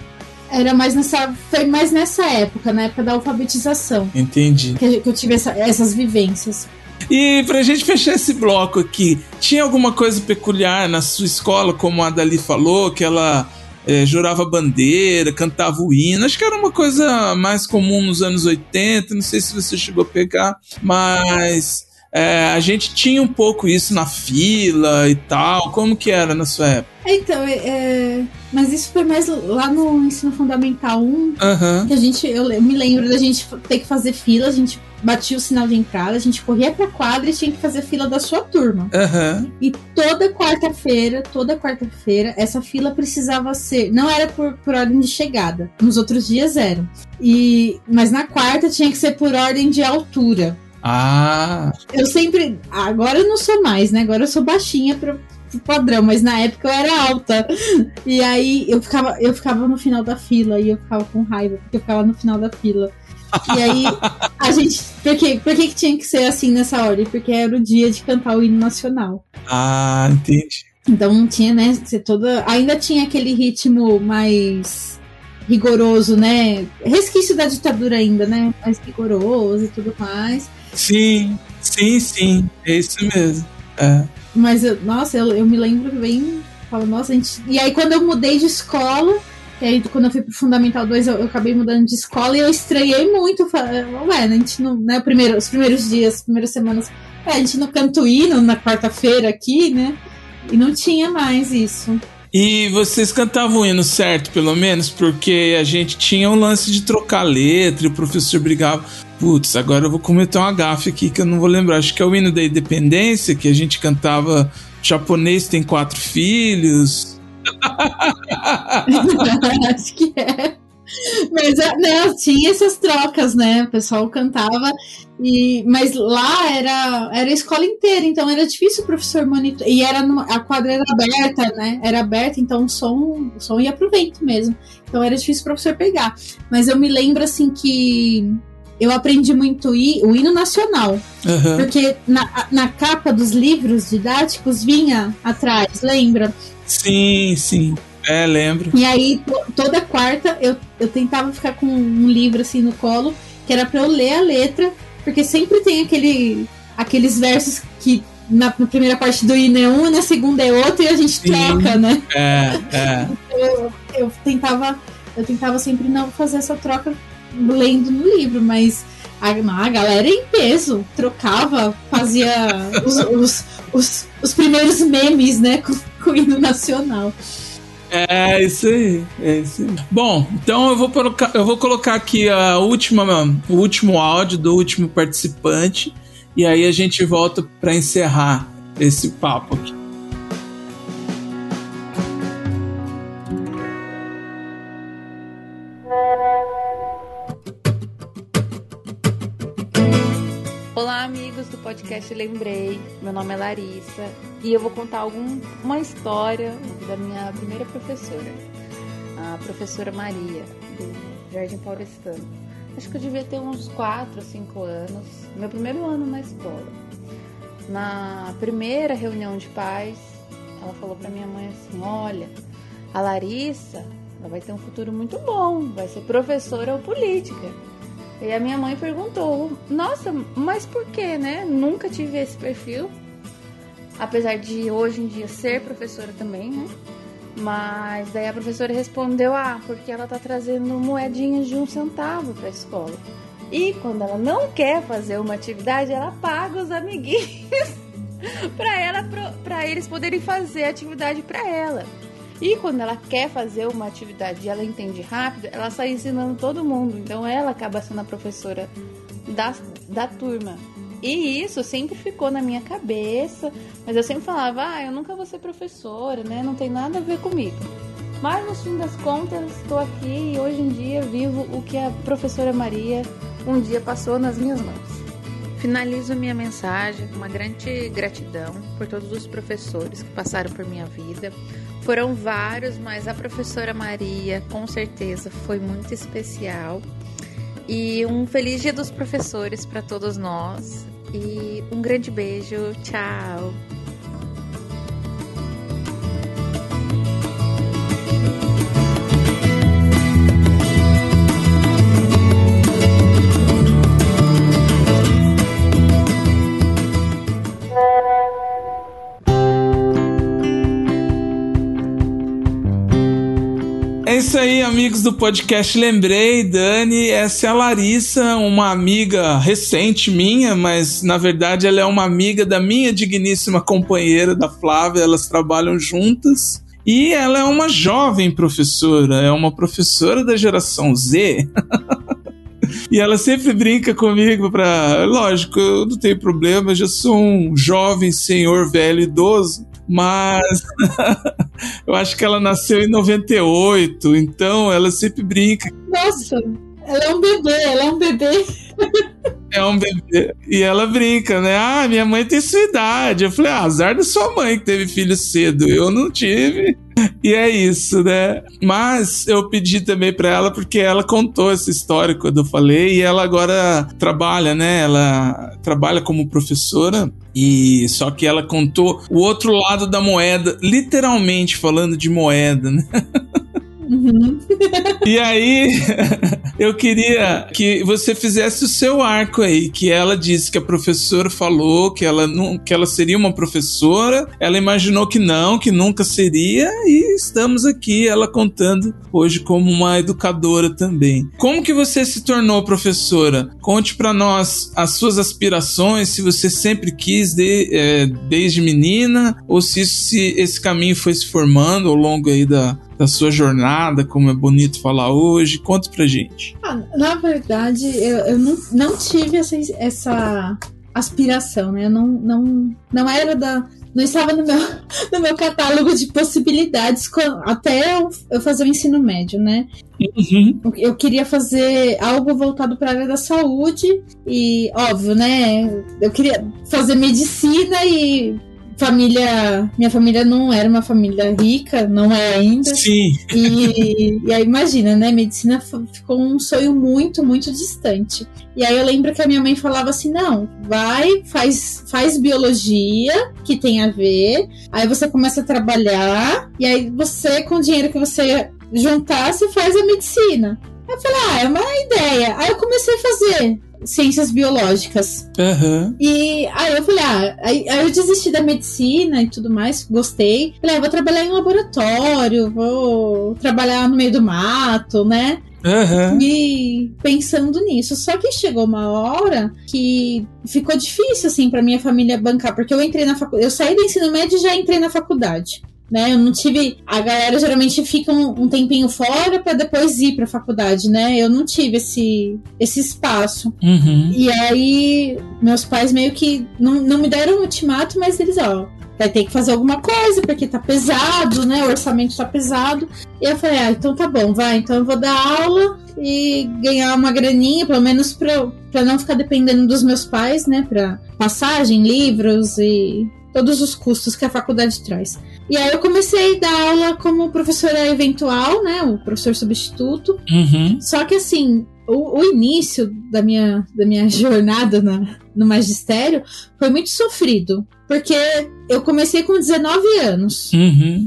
foi mais nessa época, na época da alfabetização. Entendi. Que eu tive essas vivências. E pra gente fechar esse bloco aqui, tinha alguma coisa peculiar na sua escola, como a Dali falou, que ela jurava bandeira, cantava o hino? Acho que era uma coisa mais comum nos anos 80, não sei se você chegou a pegar, mas a gente tinha um pouco isso na fila e tal. Como que era na sua época? Então, mas isso foi mais lá no ensino fundamental 1, que eu me lembro da gente ter que fazer fila, a gente batia o sinal de entrada, a gente corria pra quadra e tinha que fazer fila da sua turma. E toda quarta-feira, essa fila precisava ser, não era por ordem de chegada, nos outros dias eram. Mas na quarta tinha que ser por ordem de altura. Eu sempre, agora eu não sou mais, né? Agora eu sou baixinha pro padrão, mas na época eu era alta. E aí eu ficava no final da fila e eu ficava com raiva, porque eu ficava no final da fila. E aí a gente, por que tinha que ser assim nessa ordem? Porque era o dia de cantar o hino nacional. Entendi. Então tinha, né, ainda tinha aquele ritmo mais rigoroso, né? Resquício da ditadura ainda, né? Mais rigoroso e tudo mais. Sim. É isso mesmo. É. Mas, eu me lembro bem. Falo, nossa, E aí, quando eu mudei de escola, e aí, quando eu fui pro Fundamental 2, eu acabei mudando de escola e eu estranhei muito. A gente não. Né, os primeiros dias, as primeiras semanas. A gente não canta o hino na quarta-feira aqui, né? E não tinha mais isso. E vocês cantavam o hino certo, pelo menos, porque a gente tinha um lance de trocar letra e o professor brigava. Putz, agora eu vou cometer uma gafe aqui que eu não vou lembrar. Acho que é o hino da independência, que a gente cantava japonês tem 4 filhos. Acho que é. Mas não, tinha essas trocas, né? O pessoal cantava, mas lá era a escola inteira, então era difícil o professor monitorar. E a quadra era aberta, né? Era aberta, então o som ia pro vento mesmo. Então era difícil o professor pegar. Mas eu me lembro assim que eu aprendi muito o hino nacional. Uhum. Porque na capa dos livros didáticos vinha atrás, lembra? Sim. Lembro. E aí, toda quarta, eu tentava ficar com um livro assim no colo, que era pra eu ler a letra, porque sempre tem aqueles versos que na primeira parte do hino é um, na segunda é outro, e a gente troca, né? Então, eu tentava sempre não fazer essa troca lendo no livro, mas a galera em peso trocava, fazia os primeiros memes, né, com o hino nacional. É isso aí. Bom, então eu vou colocar aqui o último áudio do último participante e aí a gente volta para encerrar esse papo aqui. Olá, amigos do podcast Lembrei. Meu nome é Larissa e eu vou contar uma história da minha primeira professora, a professora Maria, do Jardim Paulistano. Acho que eu devia ter uns 4 ou 5 anos, meu primeiro ano na escola. Na primeira reunião de pais, ela falou para minha mãe assim: olha, a Larissa, ela vai ter um futuro muito bom, vai ser professora ou política. E a minha mãe perguntou: nossa, mas por que, né? Nunca tive esse perfil. Apesar de hoje em dia ser professora também, né? Mas daí a professora respondeu: porque ela tá trazendo moedinhas de 1 centavo pra escola. E quando ela não quer fazer uma atividade, ela paga os amiguinhos pra eles poderem fazer a atividade pra ela. E quando ela quer fazer uma atividade e ela entende rápido, ela sai ensinando todo mundo. Então ela acaba sendo a professora da turma. E isso sempre ficou na minha cabeça. Mas eu sempre falava: eu nunca vou ser professora, né? Não tem nada a ver comigo. Mas no fim das contas, estou aqui e hoje em dia vivo o que a professora Maria um dia passou nas minhas mãos. Finalizo minha mensagem com uma grande gratidão por todos os professores que passaram por minha vida. Foram vários, mas a professora Maria, com certeza, foi muito especial. E um feliz Dia dos Professores para todos nós. E um grande beijo. Tchau! É isso aí, amigos do podcast Lembrei. Dani, essa é a Larissa, uma amiga recente minha, mas na verdade ela é uma amiga da minha digníssima companheira, da Flávia. Elas trabalham juntas e ela é uma jovem professora, é uma professora da geração Z. E ela sempre brinca comigo lógico, eu não tenho problema, eu já sou um jovem senhor velho idoso, mas eu acho que ela nasceu em 98, então ela sempre brinca. Nossa, ela é um bebê. É um bebê. E ela brinca, né? Minha mãe tem sua idade. Eu falei: azar da sua mãe que teve filho cedo. Eu não tive. E é isso, né? Mas eu pedi também pra ela, porque ela contou essa história quando eu falei, e ela agora trabalha, né? Ela trabalha como professora, e só que ela contou o outro lado da moeda, literalmente falando de moeda, né? Uhum. E aí, eu queria que você fizesse o seu arco aí, que ela disse que a professora falou que ela seria uma professora, ela imaginou que não, que nunca seria, e estamos aqui, ela contando hoje como uma educadora também. Como que você se tornou professora? Conte pra nós as suas aspirações, se você sempre quis desde menina, ou se esse caminho foi se formando ao longo aí da sua jornada, como é bonito falar hoje. Conta pra gente. Na verdade, eu não tive essa aspiração, né? Eu não era não estava no meu catálogo de possibilidades até eu fazer o ensino médio, né? Uhum. Eu queria fazer algo voltado para a área da saúde e, óbvio, né? Eu queria fazer medicina e minha família não era uma família rica, não é ainda. Sim. E aí imagina, né? Medicina ficou um sonho muito, muito distante. E aí eu lembro que a minha mãe falava assim, não, faz biologia, que tem a ver, aí você começa a trabalhar, e aí você, com o dinheiro que você juntar, você faz a medicina. Aí eu falei, é uma ideia. Aí eu comecei a fazer ciências biológicas. Uhum. E aí eu falei, aí eu desisti da medicina e tudo mais, gostei. Falei, vou trabalhar em um laboratório, vou trabalhar no meio do mato, né? Uhum. E pensando nisso. Só que chegou uma hora que ficou difícil, assim, pra minha família bancar, porque eu entrei na faculdade, eu saí do ensino médio e já entrei na faculdade. Né, eu não tive. A galera geralmente fica um tempinho fora pra depois ir pra faculdade, né? Eu não tive esse espaço. Uhum. E aí, meus pais meio que não me deram um ultimato, mas eles, vai ter que fazer alguma coisa, porque tá pesado, né? O orçamento tá pesado. E eu falei, então tá bom, então eu vou dar aula e ganhar uma graninha, pelo menos pra não ficar dependendo dos meus pais, né? Pra passagem, livros e todos os custos que a faculdade traz. E aí eu comecei a dar aula como professora eventual, né? O professor substituto. Uhum. Só que assim, o início da minha jornada no magistério foi muito sofrido. Porque eu comecei com 19 anos. Uhum.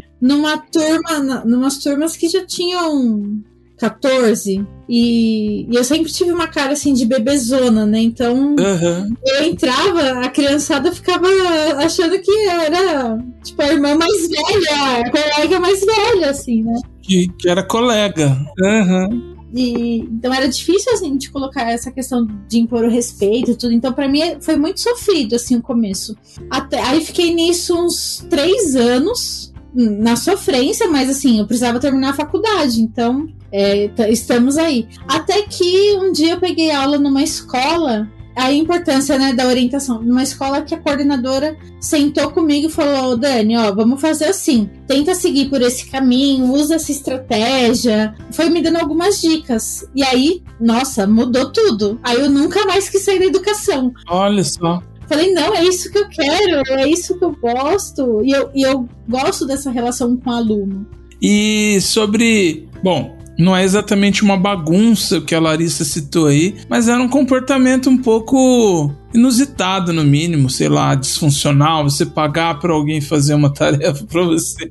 Numas turmas que já tinham 14. E eu sempre tive uma cara assim de bebezona, né? Então eu entrava, a criançada ficava achando que eu era tipo a irmã mais velha, a colega mais velha, assim, né? Que era colega. Uhum. Então era difícil, assim, de colocar essa questão de impor o respeito e tudo. Então pra mim foi muito sofrido, assim, o começo. Aí fiquei nisso uns 3 anos, na sofrência, mas assim, eu precisava terminar a faculdade, então estamos aí. Até que um dia eu peguei aula numa escola, a importância, né, da orientação, numa escola que a coordenadora sentou comigo e falou, Dani, vamos fazer assim, tenta seguir por esse caminho, usa essa estratégia, foi me dando algumas dicas, e aí, nossa, mudou tudo, aí eu nunca mais quis sair da educação. Olha só. Falei, não, é isso que eu quero, é isso que eu gosto, e eu gosto dessa relação com o aluno. E sobre, bom, não é exatamente uma bagunça que a Larissa citou aí, mas era um comportamento um pouco inusitado, no mínimo, sei lá, disfuncional, você pagar pra alguém fazer uma tarefa pra você.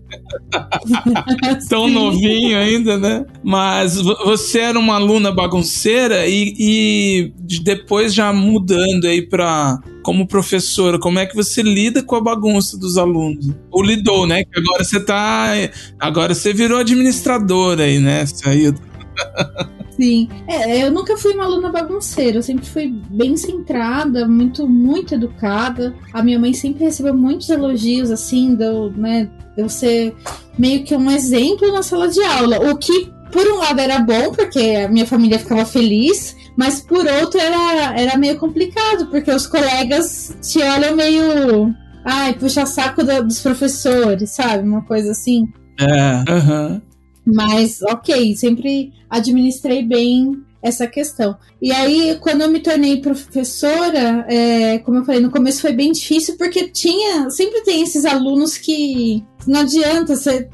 Tão novinho ainda, né? Mas você era uma aluna bagunceira e depois já mudando aí como professora, como é que você lida com a bagunça dos alunos? Ou lidou, né? Que agora você virou administradora aí, né? Saiu. Sim, eu nunca fui uma aluna bagunceira, eu sempre fui bem centrada, muito, muito educada. A minha mãe sempre recebeu muitos elogios, assim, de eu ser meio que um exemplo na sala de aula, o que, por um lado, era bom, porque a minha família ficava feliz, mas por outro era meio complicado, porque os colegas te olham meio, puxa saco dos professores, sabe? Uma coisa assim. Mas, ok, sempre administrei bem essa questão. E aí, quando eu me tornei professora, como eu falei, no começo foi bem difícil, porque sempre tem esses alunos que não adianta, você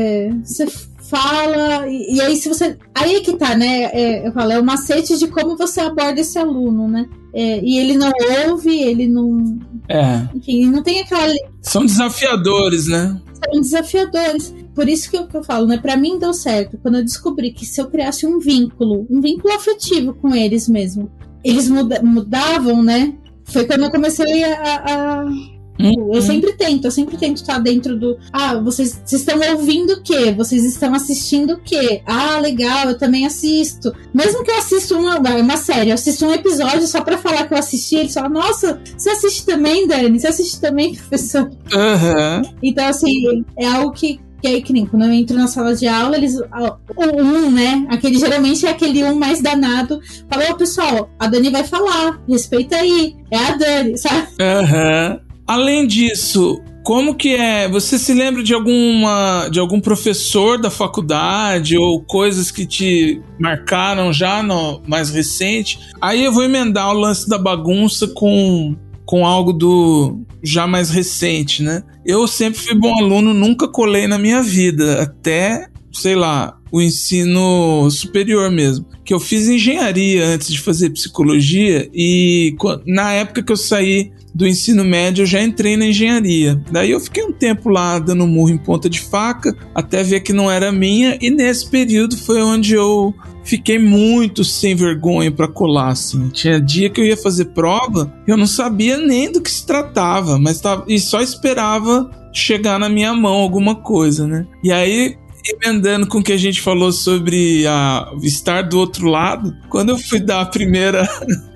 fala, e aí se você... Aí é que tá, né? Eu falo, é o macete de como você aborda esse aluno, né? E ele não ouve, ele não... Enfim, não tem aquela... São desafiadores, né? São desafiadores. por isso que eu falo, né? Pra mim deu certo. Quando eu descobri que se eu criasse um vínculo afetivo com eles mesmo, eles mudavam, né? Foi quando eu comecei eu sempre tento estar dentro do... vocês estão ouvindo o quê? Vocês estão assistindo o quê? Legal, eu também assisto. Mesmo que eu assista uma série, eu assisto um episódio só pra falar que eu assisti, eles falam, nossa, você assiste também, Dani? Você assiste também, professor? Então, assim, é algo que aí, que nem quando eu entro na sala de aula, eles... né? Geralmente é aquele mais danado. Fala, pessoal, a Dani vai falar. Respeita aí. É a Dani, sabe? Além disso, como que é? Você se lembra de algum professor da faculdade ou coisas que te marcaram já no mais recente? Aí eu vou emendar o lance da bagunça com algo do já mais recente, né? Eu sempre fui bom aluno, nunca colei na minha vida, até, sei lá, o ensino superior mesmo. Que eu fiz engenharia antes de fazer psicologia e na época que eu saí do ensino médio eu já entrei na engenharia. Daí eu fiquei um tempo lá dando murro em ponta de faca até ver que não era minha, e nesse período foi onde eu fiquei muito sem vergonha pra colar, assim. Tinha dia que eu ia fazer prova e eu não sabia nem do que se tratava, e só esperava chegar na minha mão alguma coisa, né? E aí, emendando com o que a gente falou sobre estar do outro lado, quando eu fui dar a primeira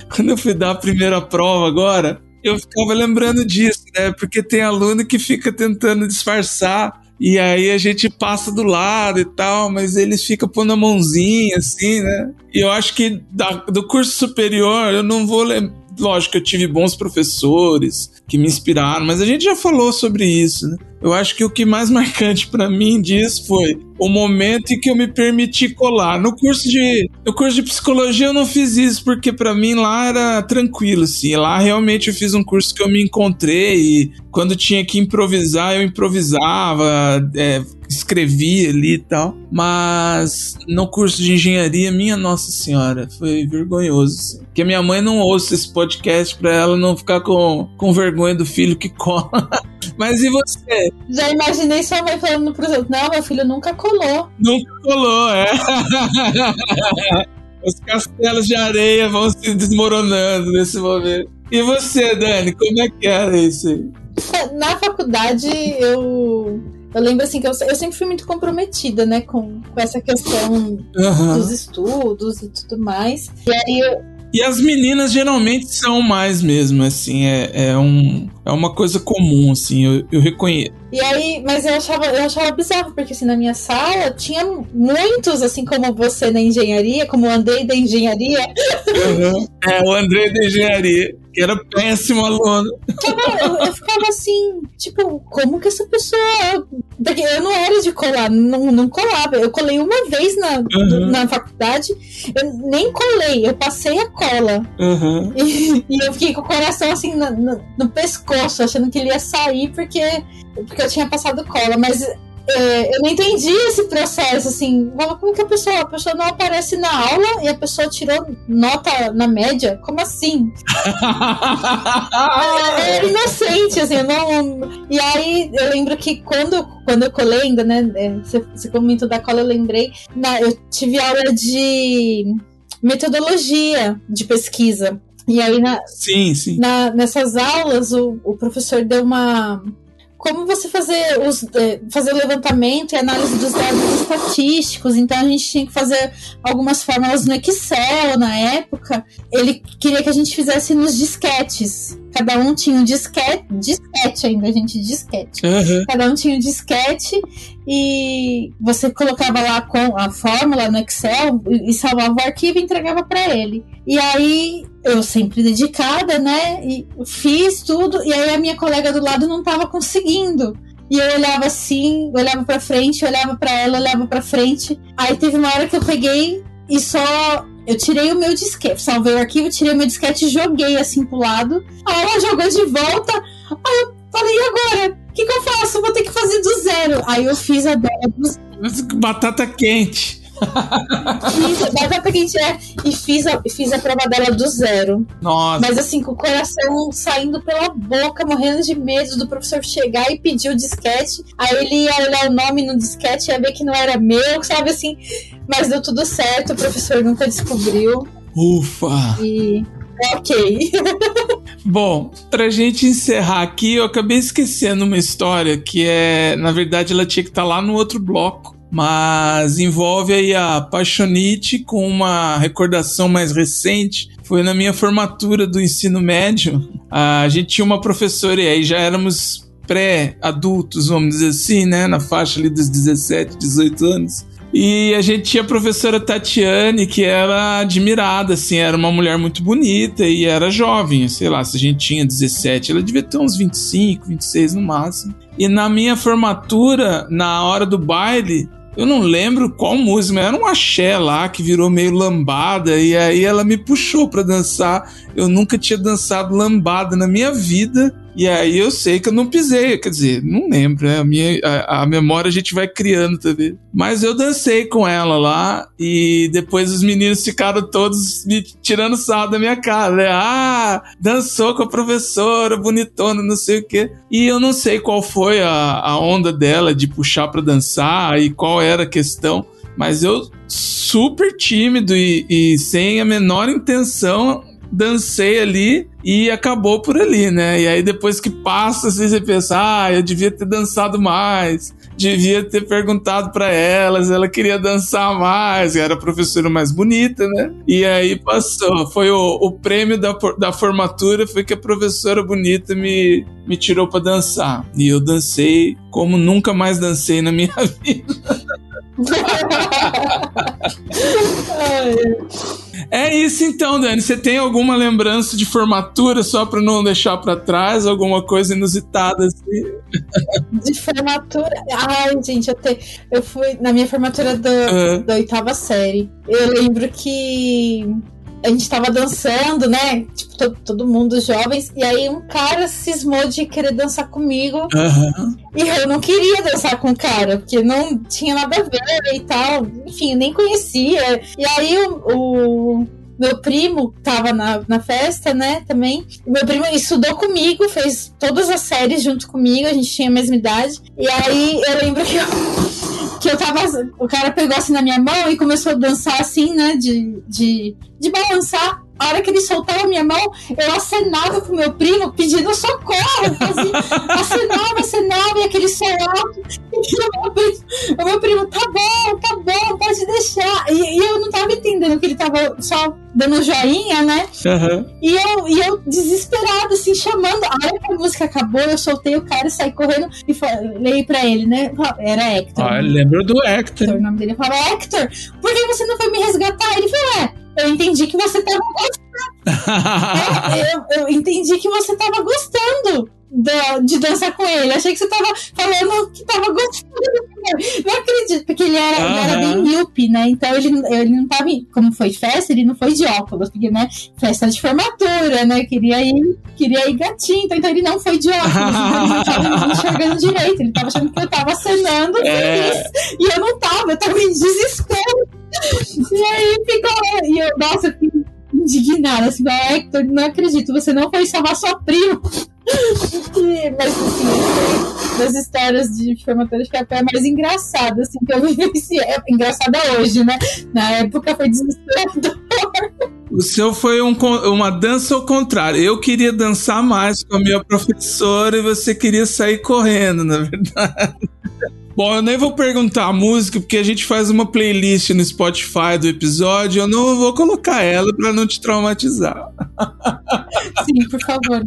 prova agora, eu ficava lembrando disso, né? Porque tem aluno que fica tentando disfarçar, e aí a gente passa do lado e tal, mas eles ficam pondo a mãozinha, assim, né? E eu acho que do curso superior, eu não vou lembrar. Lógico que eu tive bons professores que me inspiraram, mas a gente já falou sobre isso, né? Eu acho que o que mais marcante pra mim disso foi o momento em que eu me permiti colar. No curso de psicologia eu não fiz isso, porque pra mim lá era tranquilo, assim. Lá realmente eu fiz um curso que eu me encontrei, e quando tinha que improvisar, eu improvisava, escrevia ali e tal. Mas no curso de engenharia, minha Nossa Senhora, foi vergonhoso, assim. Porque minha mãe não ouça esse podcast pra ela não ficar com vergonha do filho que cola. Mas e você? Já imaginei sua mãe falando pros outros, não, meu filho nunca colou. Nunca colou, Os castelos de areia vão se desmoronando nesse momento. E você, Dani, como é que era isso aí? Na faculdade, eu lembro assim que eu sempre fui muito comprometida, né, com essa questão dos estudos e tudo mais. E aí E as meninas geralmente são mais mesmo, assim, é uma coisa comum, assim, eu reconheço. E aí, mas eu achava bizarro, porque assim, na minha sala tinha muitos, assim como você na engenharia, como o Andrei da engenharia. O Andrei da engenharia, que era péssimo aluno. Eu ficava assim, tipo, como que essa pessoa... Porque eu não era de colar, não colava. Eu colei uma vez na faculdade, eu nem colei, eu passei a cola. E eu fiquei com o coração assim no pescoço, achando que ele ia sair porque eu tinha passado cola, mas eu não entendi esse processo, assim, como que a pessoa não aparece na aula e a pessoa tirou nota na média? Como assim? Era inocente, assim, E aí, eu lembro que quando eu colei ainda, né, você comentou da cola, eu lembrei, eu tive aula de metodologia de pesquisa, e aí sim. Nessas aulas, o professor deu como você fazer o levantamento e análise dos dados estatísticos. Então a gente tinha que fazer algumas fórmulas no Excel na época. Ele queria que a gente fizesse nos disquetes. Cada um tinha um disquete ainda, gente, disquete. Cada um tinha um disquete e você colocava lá com a fórmula no Excel e salvava o arquivo e entregava para ele. E aí, eu sempre dedicada, né, e fiz tudo, e aí a minha colega do lado não tava conseguindo. E eu olhava assim, olhava pra frente, olhava pra ela, olhava pra frente. Aí teve uma hora que eu peguei e eu tirei o meu disquete, salvei o arquivo, tirei o meu disquete e joguei assim pro lado. Aí ela jogou de volta, aí eu falei, e agora? O que eu faço? Vou ter que fazer do zero. Aí eu fiz a dela do zero. Batata quente. Fiz a prova dela do zero. Nossa. Mas assim, com o coração saindo pela boca, morrendo de medo do professor chegar e pedir o disquete. Aí ele ia olhar o nome no disquete e ia ver que não era meu, sabe assim? Mas deu tudo certo, o professor nunca descobriu. Ufa! E ok. Bom, pra gente encerrar aqui, eu acabei esquecendo uma história que na verdade, ela tinha que estar lá no outro bloco, mas envolve aí a Paixonite com uma recordação mais recente. Foi na minha formatura do ensino médio. A gente tinha uma professora, e aí já éramos pré-adultos, vamos dizer assim, né, na faixa ali dos 17, 18 anos. E a gente tinha a professora Tatiane, que era admirada, assim, era uma mulher muito bonita e era jovem, sei lá, se a gente tinha 17, ela devia ter uns 25, 26 no máximo. E na minha formatura, na hora do baile, eu não lembro qual música, mas era um axé lá que virou meio lambada, e aí ela me puxou pra dançar. Eu nunca tinha dançado lambada na minha vida, e aí eu sei que eu não pisei, quer dizer, não lembro, né? A memória a gente vai criando também. Mas eu dancei com ela lá, e depois os meninos ficaram todos me tirando sarro da minha cara, né? Ah, dançou com a professora, bonitona, não sei o quê. E eu não sei qual foi a onda dela de puxar pra dançar e qual era a questão, mas eu, super tímido e sem a menor intenção, dancei ali e acabou por ali, né? E aí depois que passa, assim, você pensa, eu devia ter dançado mais, devia ter perguntado pra ela se ela queria dançar mais, e era a professora mais bonita, né? E aí passou, foi o prêmio da formatura, foi que a professora bonita me tirou pra dançar, e eu dancei como nunca mais dancei na minha vida. É isso então, Dani. Você tem alguma lembrança de formatura, só pra não deixar pra trás? Alguma coisa inusitada assim? De formatura? Ai, gente, eu fui na minha formatura da 8ª série. Eu lembro que a gente tava dançando, né? Tipo, todo mundo jovens. E aí um cara cismou de querer dançar comigo. Uhum. E eu não queria dançar com o cara, porque não tinha nada a ver e tal. Enfim, eu nem conhecia. E aí o meu primo tava na festa, né, também. O meu primo estudou comigo, fez todas as séries junto comigo, a gente tinha a mesma idade. E aí eu lembro que eu tava... O cara pegou assim na minha mão e começou a dançar assim, né, de balançar. A hora que ele soltava a minha mão, eu acenava pro meu primo pedindo socorro. Acenava, e aquele som alto. E o meu primo, tá bom, pode deixar. E eu não tava entendendo que ele tava só dando joinha, né? Uhum. E eu desesperada, assim, chamando. A hora que a música acabou, eu soltei o cara e saí correndo e falei pra ele, né? Era Hector. Ah, eu lembro do Hector. O nome dele. Eu falava, Hector, por que você não foi me resgatar? Ele falou, eu entendi que você tava gostando. Eu entendi que você tava gostando de dançar com ele. Achei que você tava falando que tava gostando. Não acredito, porque ele era bem míope, né? Então ele não tava, como foi de festa, ele não foi de óculos, porque, né, festa de formatura, né? Queria ir gatinho, então ele não foi de óculos, então ele não tava enxergando direito, ele tava achando que eu tava acenando feliz, e eu não tava, eu tava em desespero. E aí ficou, e eu, nossa, eu fiquei indignada, assim, Hector, não acredito, você não foi salvar sua prima. Mas assim, das histórias de formatura, acho que é a mais engraçada, assim, que eu vivenciei. É engraçada hoje, né? Na época foi desesperador. O seu foi uma dança ao contrário. Eu queria dançar mais com a minha professora e você queria sair correndo, na verdade. Bom, eu nem vou perguntar a música, porque a gente faz uma playlist no Spotify do episódio. Eu não vou colocar ela pra não te traumatizar. Sim, por favor.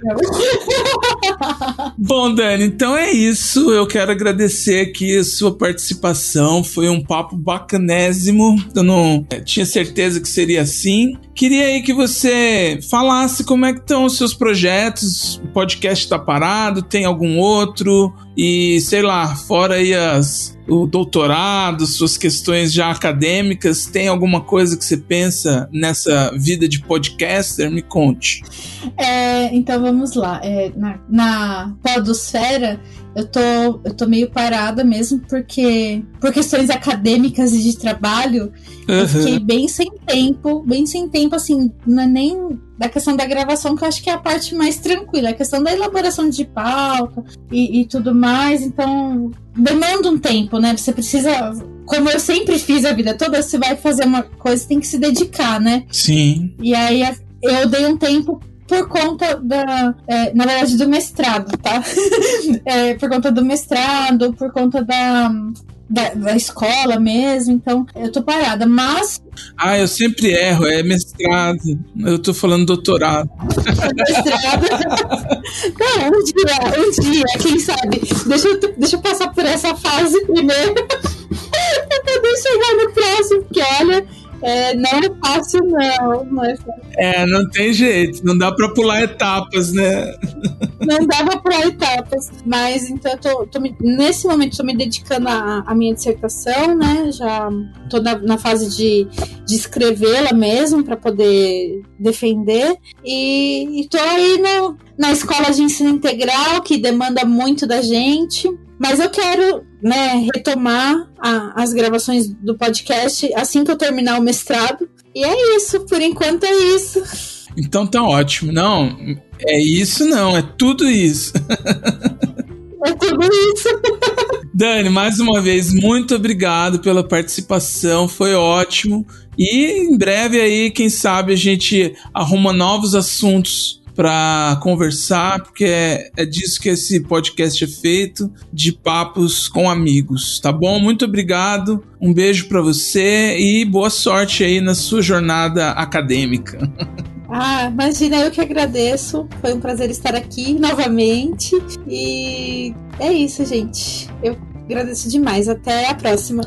Bom, Dani, então é isso. Eu quero agradecer aqui a sua participação. Foi um papo bacanésimo. Eu não tinha certeza que seria assim. Queria aí que você falasse como é que estão os seus projetos. O podcast tá parado? Tem algum outro? E, sei lá, fora aí o doutorado, suas questões já acadêmicas, tem alguma coisa que você pensa nessa vida de podcaster? Me conte. Então vamos lá. Na podosfera eu tô meio parada mesmo, porque por questões acadêmicas e de trabalho, eu fiquei bem sem tempo, assim, não é nem da questão da gravação, que eu acho que é a parte mais tranquila, a questão da elaboração de pauta e tudo mais, então demanda um tempo, né? Você precisa, como eu sempre fiz a vida toda, você vai fazer uma coisa, tem que se dedicar, né? Sim. E aí eu dei um tempo por conta na verdade, do mestrado, tá? Por conta do mestrado, por conta da escola mesmo, então eu tô parada, mas... Eu sempre erro, é mestrado, eu tô falando doutorado. Mestrado... Não, um dia, quem sabe, deixa eu passar por essa fase primeiro, pra poder chegar no próximo, porque olha... não é fácil, não é fácil. Não tem jeito, não dá pra pular etapas, né? Não dá pra pular etapas. Mas então nesse momento tô me dedicando à minha dissertação, né? Já tô na fase de escrevê-la mesmo pra poder defender. E tô aí na escola de ensino integral, que demanda muito da gente. Mas eu quero, né, retomar as gravações do podcast assim que eu terminar o mestrado. E é isso, por enquanto é isso. Então tá ótimo. Não, é isso não, é tudo isso. É tudo isso. Dani, mais uma vez, muito obrigado pela participação, foi ótimo. E em breve aí, quem sabe a gente arruma novos assuntos para conversar, porque é disso que esse podcast é feito, de papos com amigos, tá bom? Muito obrigado, um beijo para você e boa sorte aí na sua jornada acadêmica. Imagina, eu que agradeço, foi um prazer estar aqui novamente e é isso, gente, eu agradeço demais, até a próxima.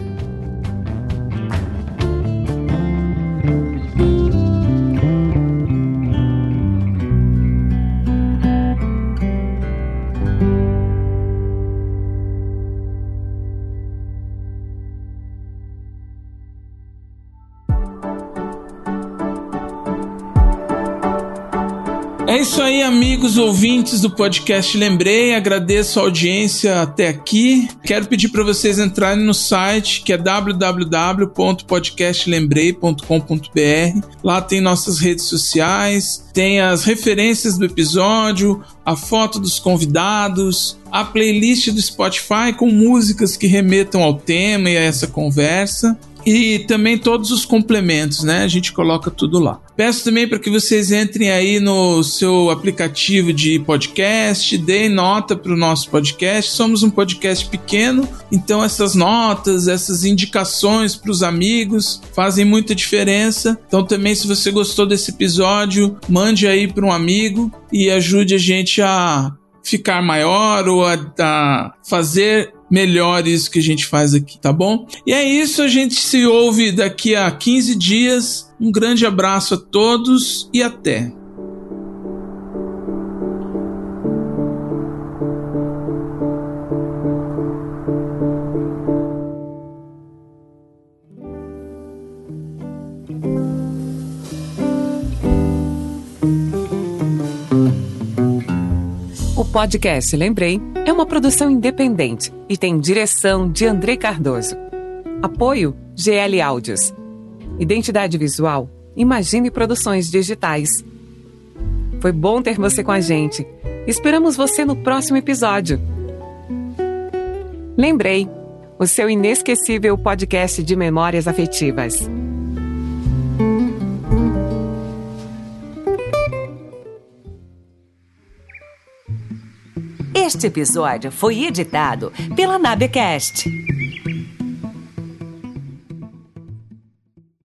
É isso aí, amigos ouvintes do podcast Lembrei, agradeço a audiência até aqui. Quero pedir para vocês entrarem no site, que é www.podcastlembrei.com.br. Lá tem nossas redes sociais, tem as referências do episódio, a foto dos convidados, a playlist do Spotify com músicas que remetam ao tema e a essa conversa. E também todos os complementos, né? A gente coloca tudo lá. Peço também para que vocês entrem aí no seu aplicativo de podcast, deem nota para o nosso podcast. Somos um podcast pequeno, então essas notas, essas indicações para os amigos fazem muita diferença. Então também, se você gostou desse episódio, mande aí para um amigo e ajude a gente a ficar maior ou a fazer melhor isso que a gente faz aqui, tá bom? E é isso, a gente se ouve daqui a 15 dias. Um grande abraço a todos e até! O podcast Lembrei é uma produção independente e tem direção de Andrei Cardoso. Apoio GL Áudios. Identidade visual Imagine Produções Digitais. Foi bom ter você com a gente. Esperamos você no próximo episódio. Lembrei, o seu inesquecível podcast de memórias afetivas. Este episódio foi editado pela Nabecast.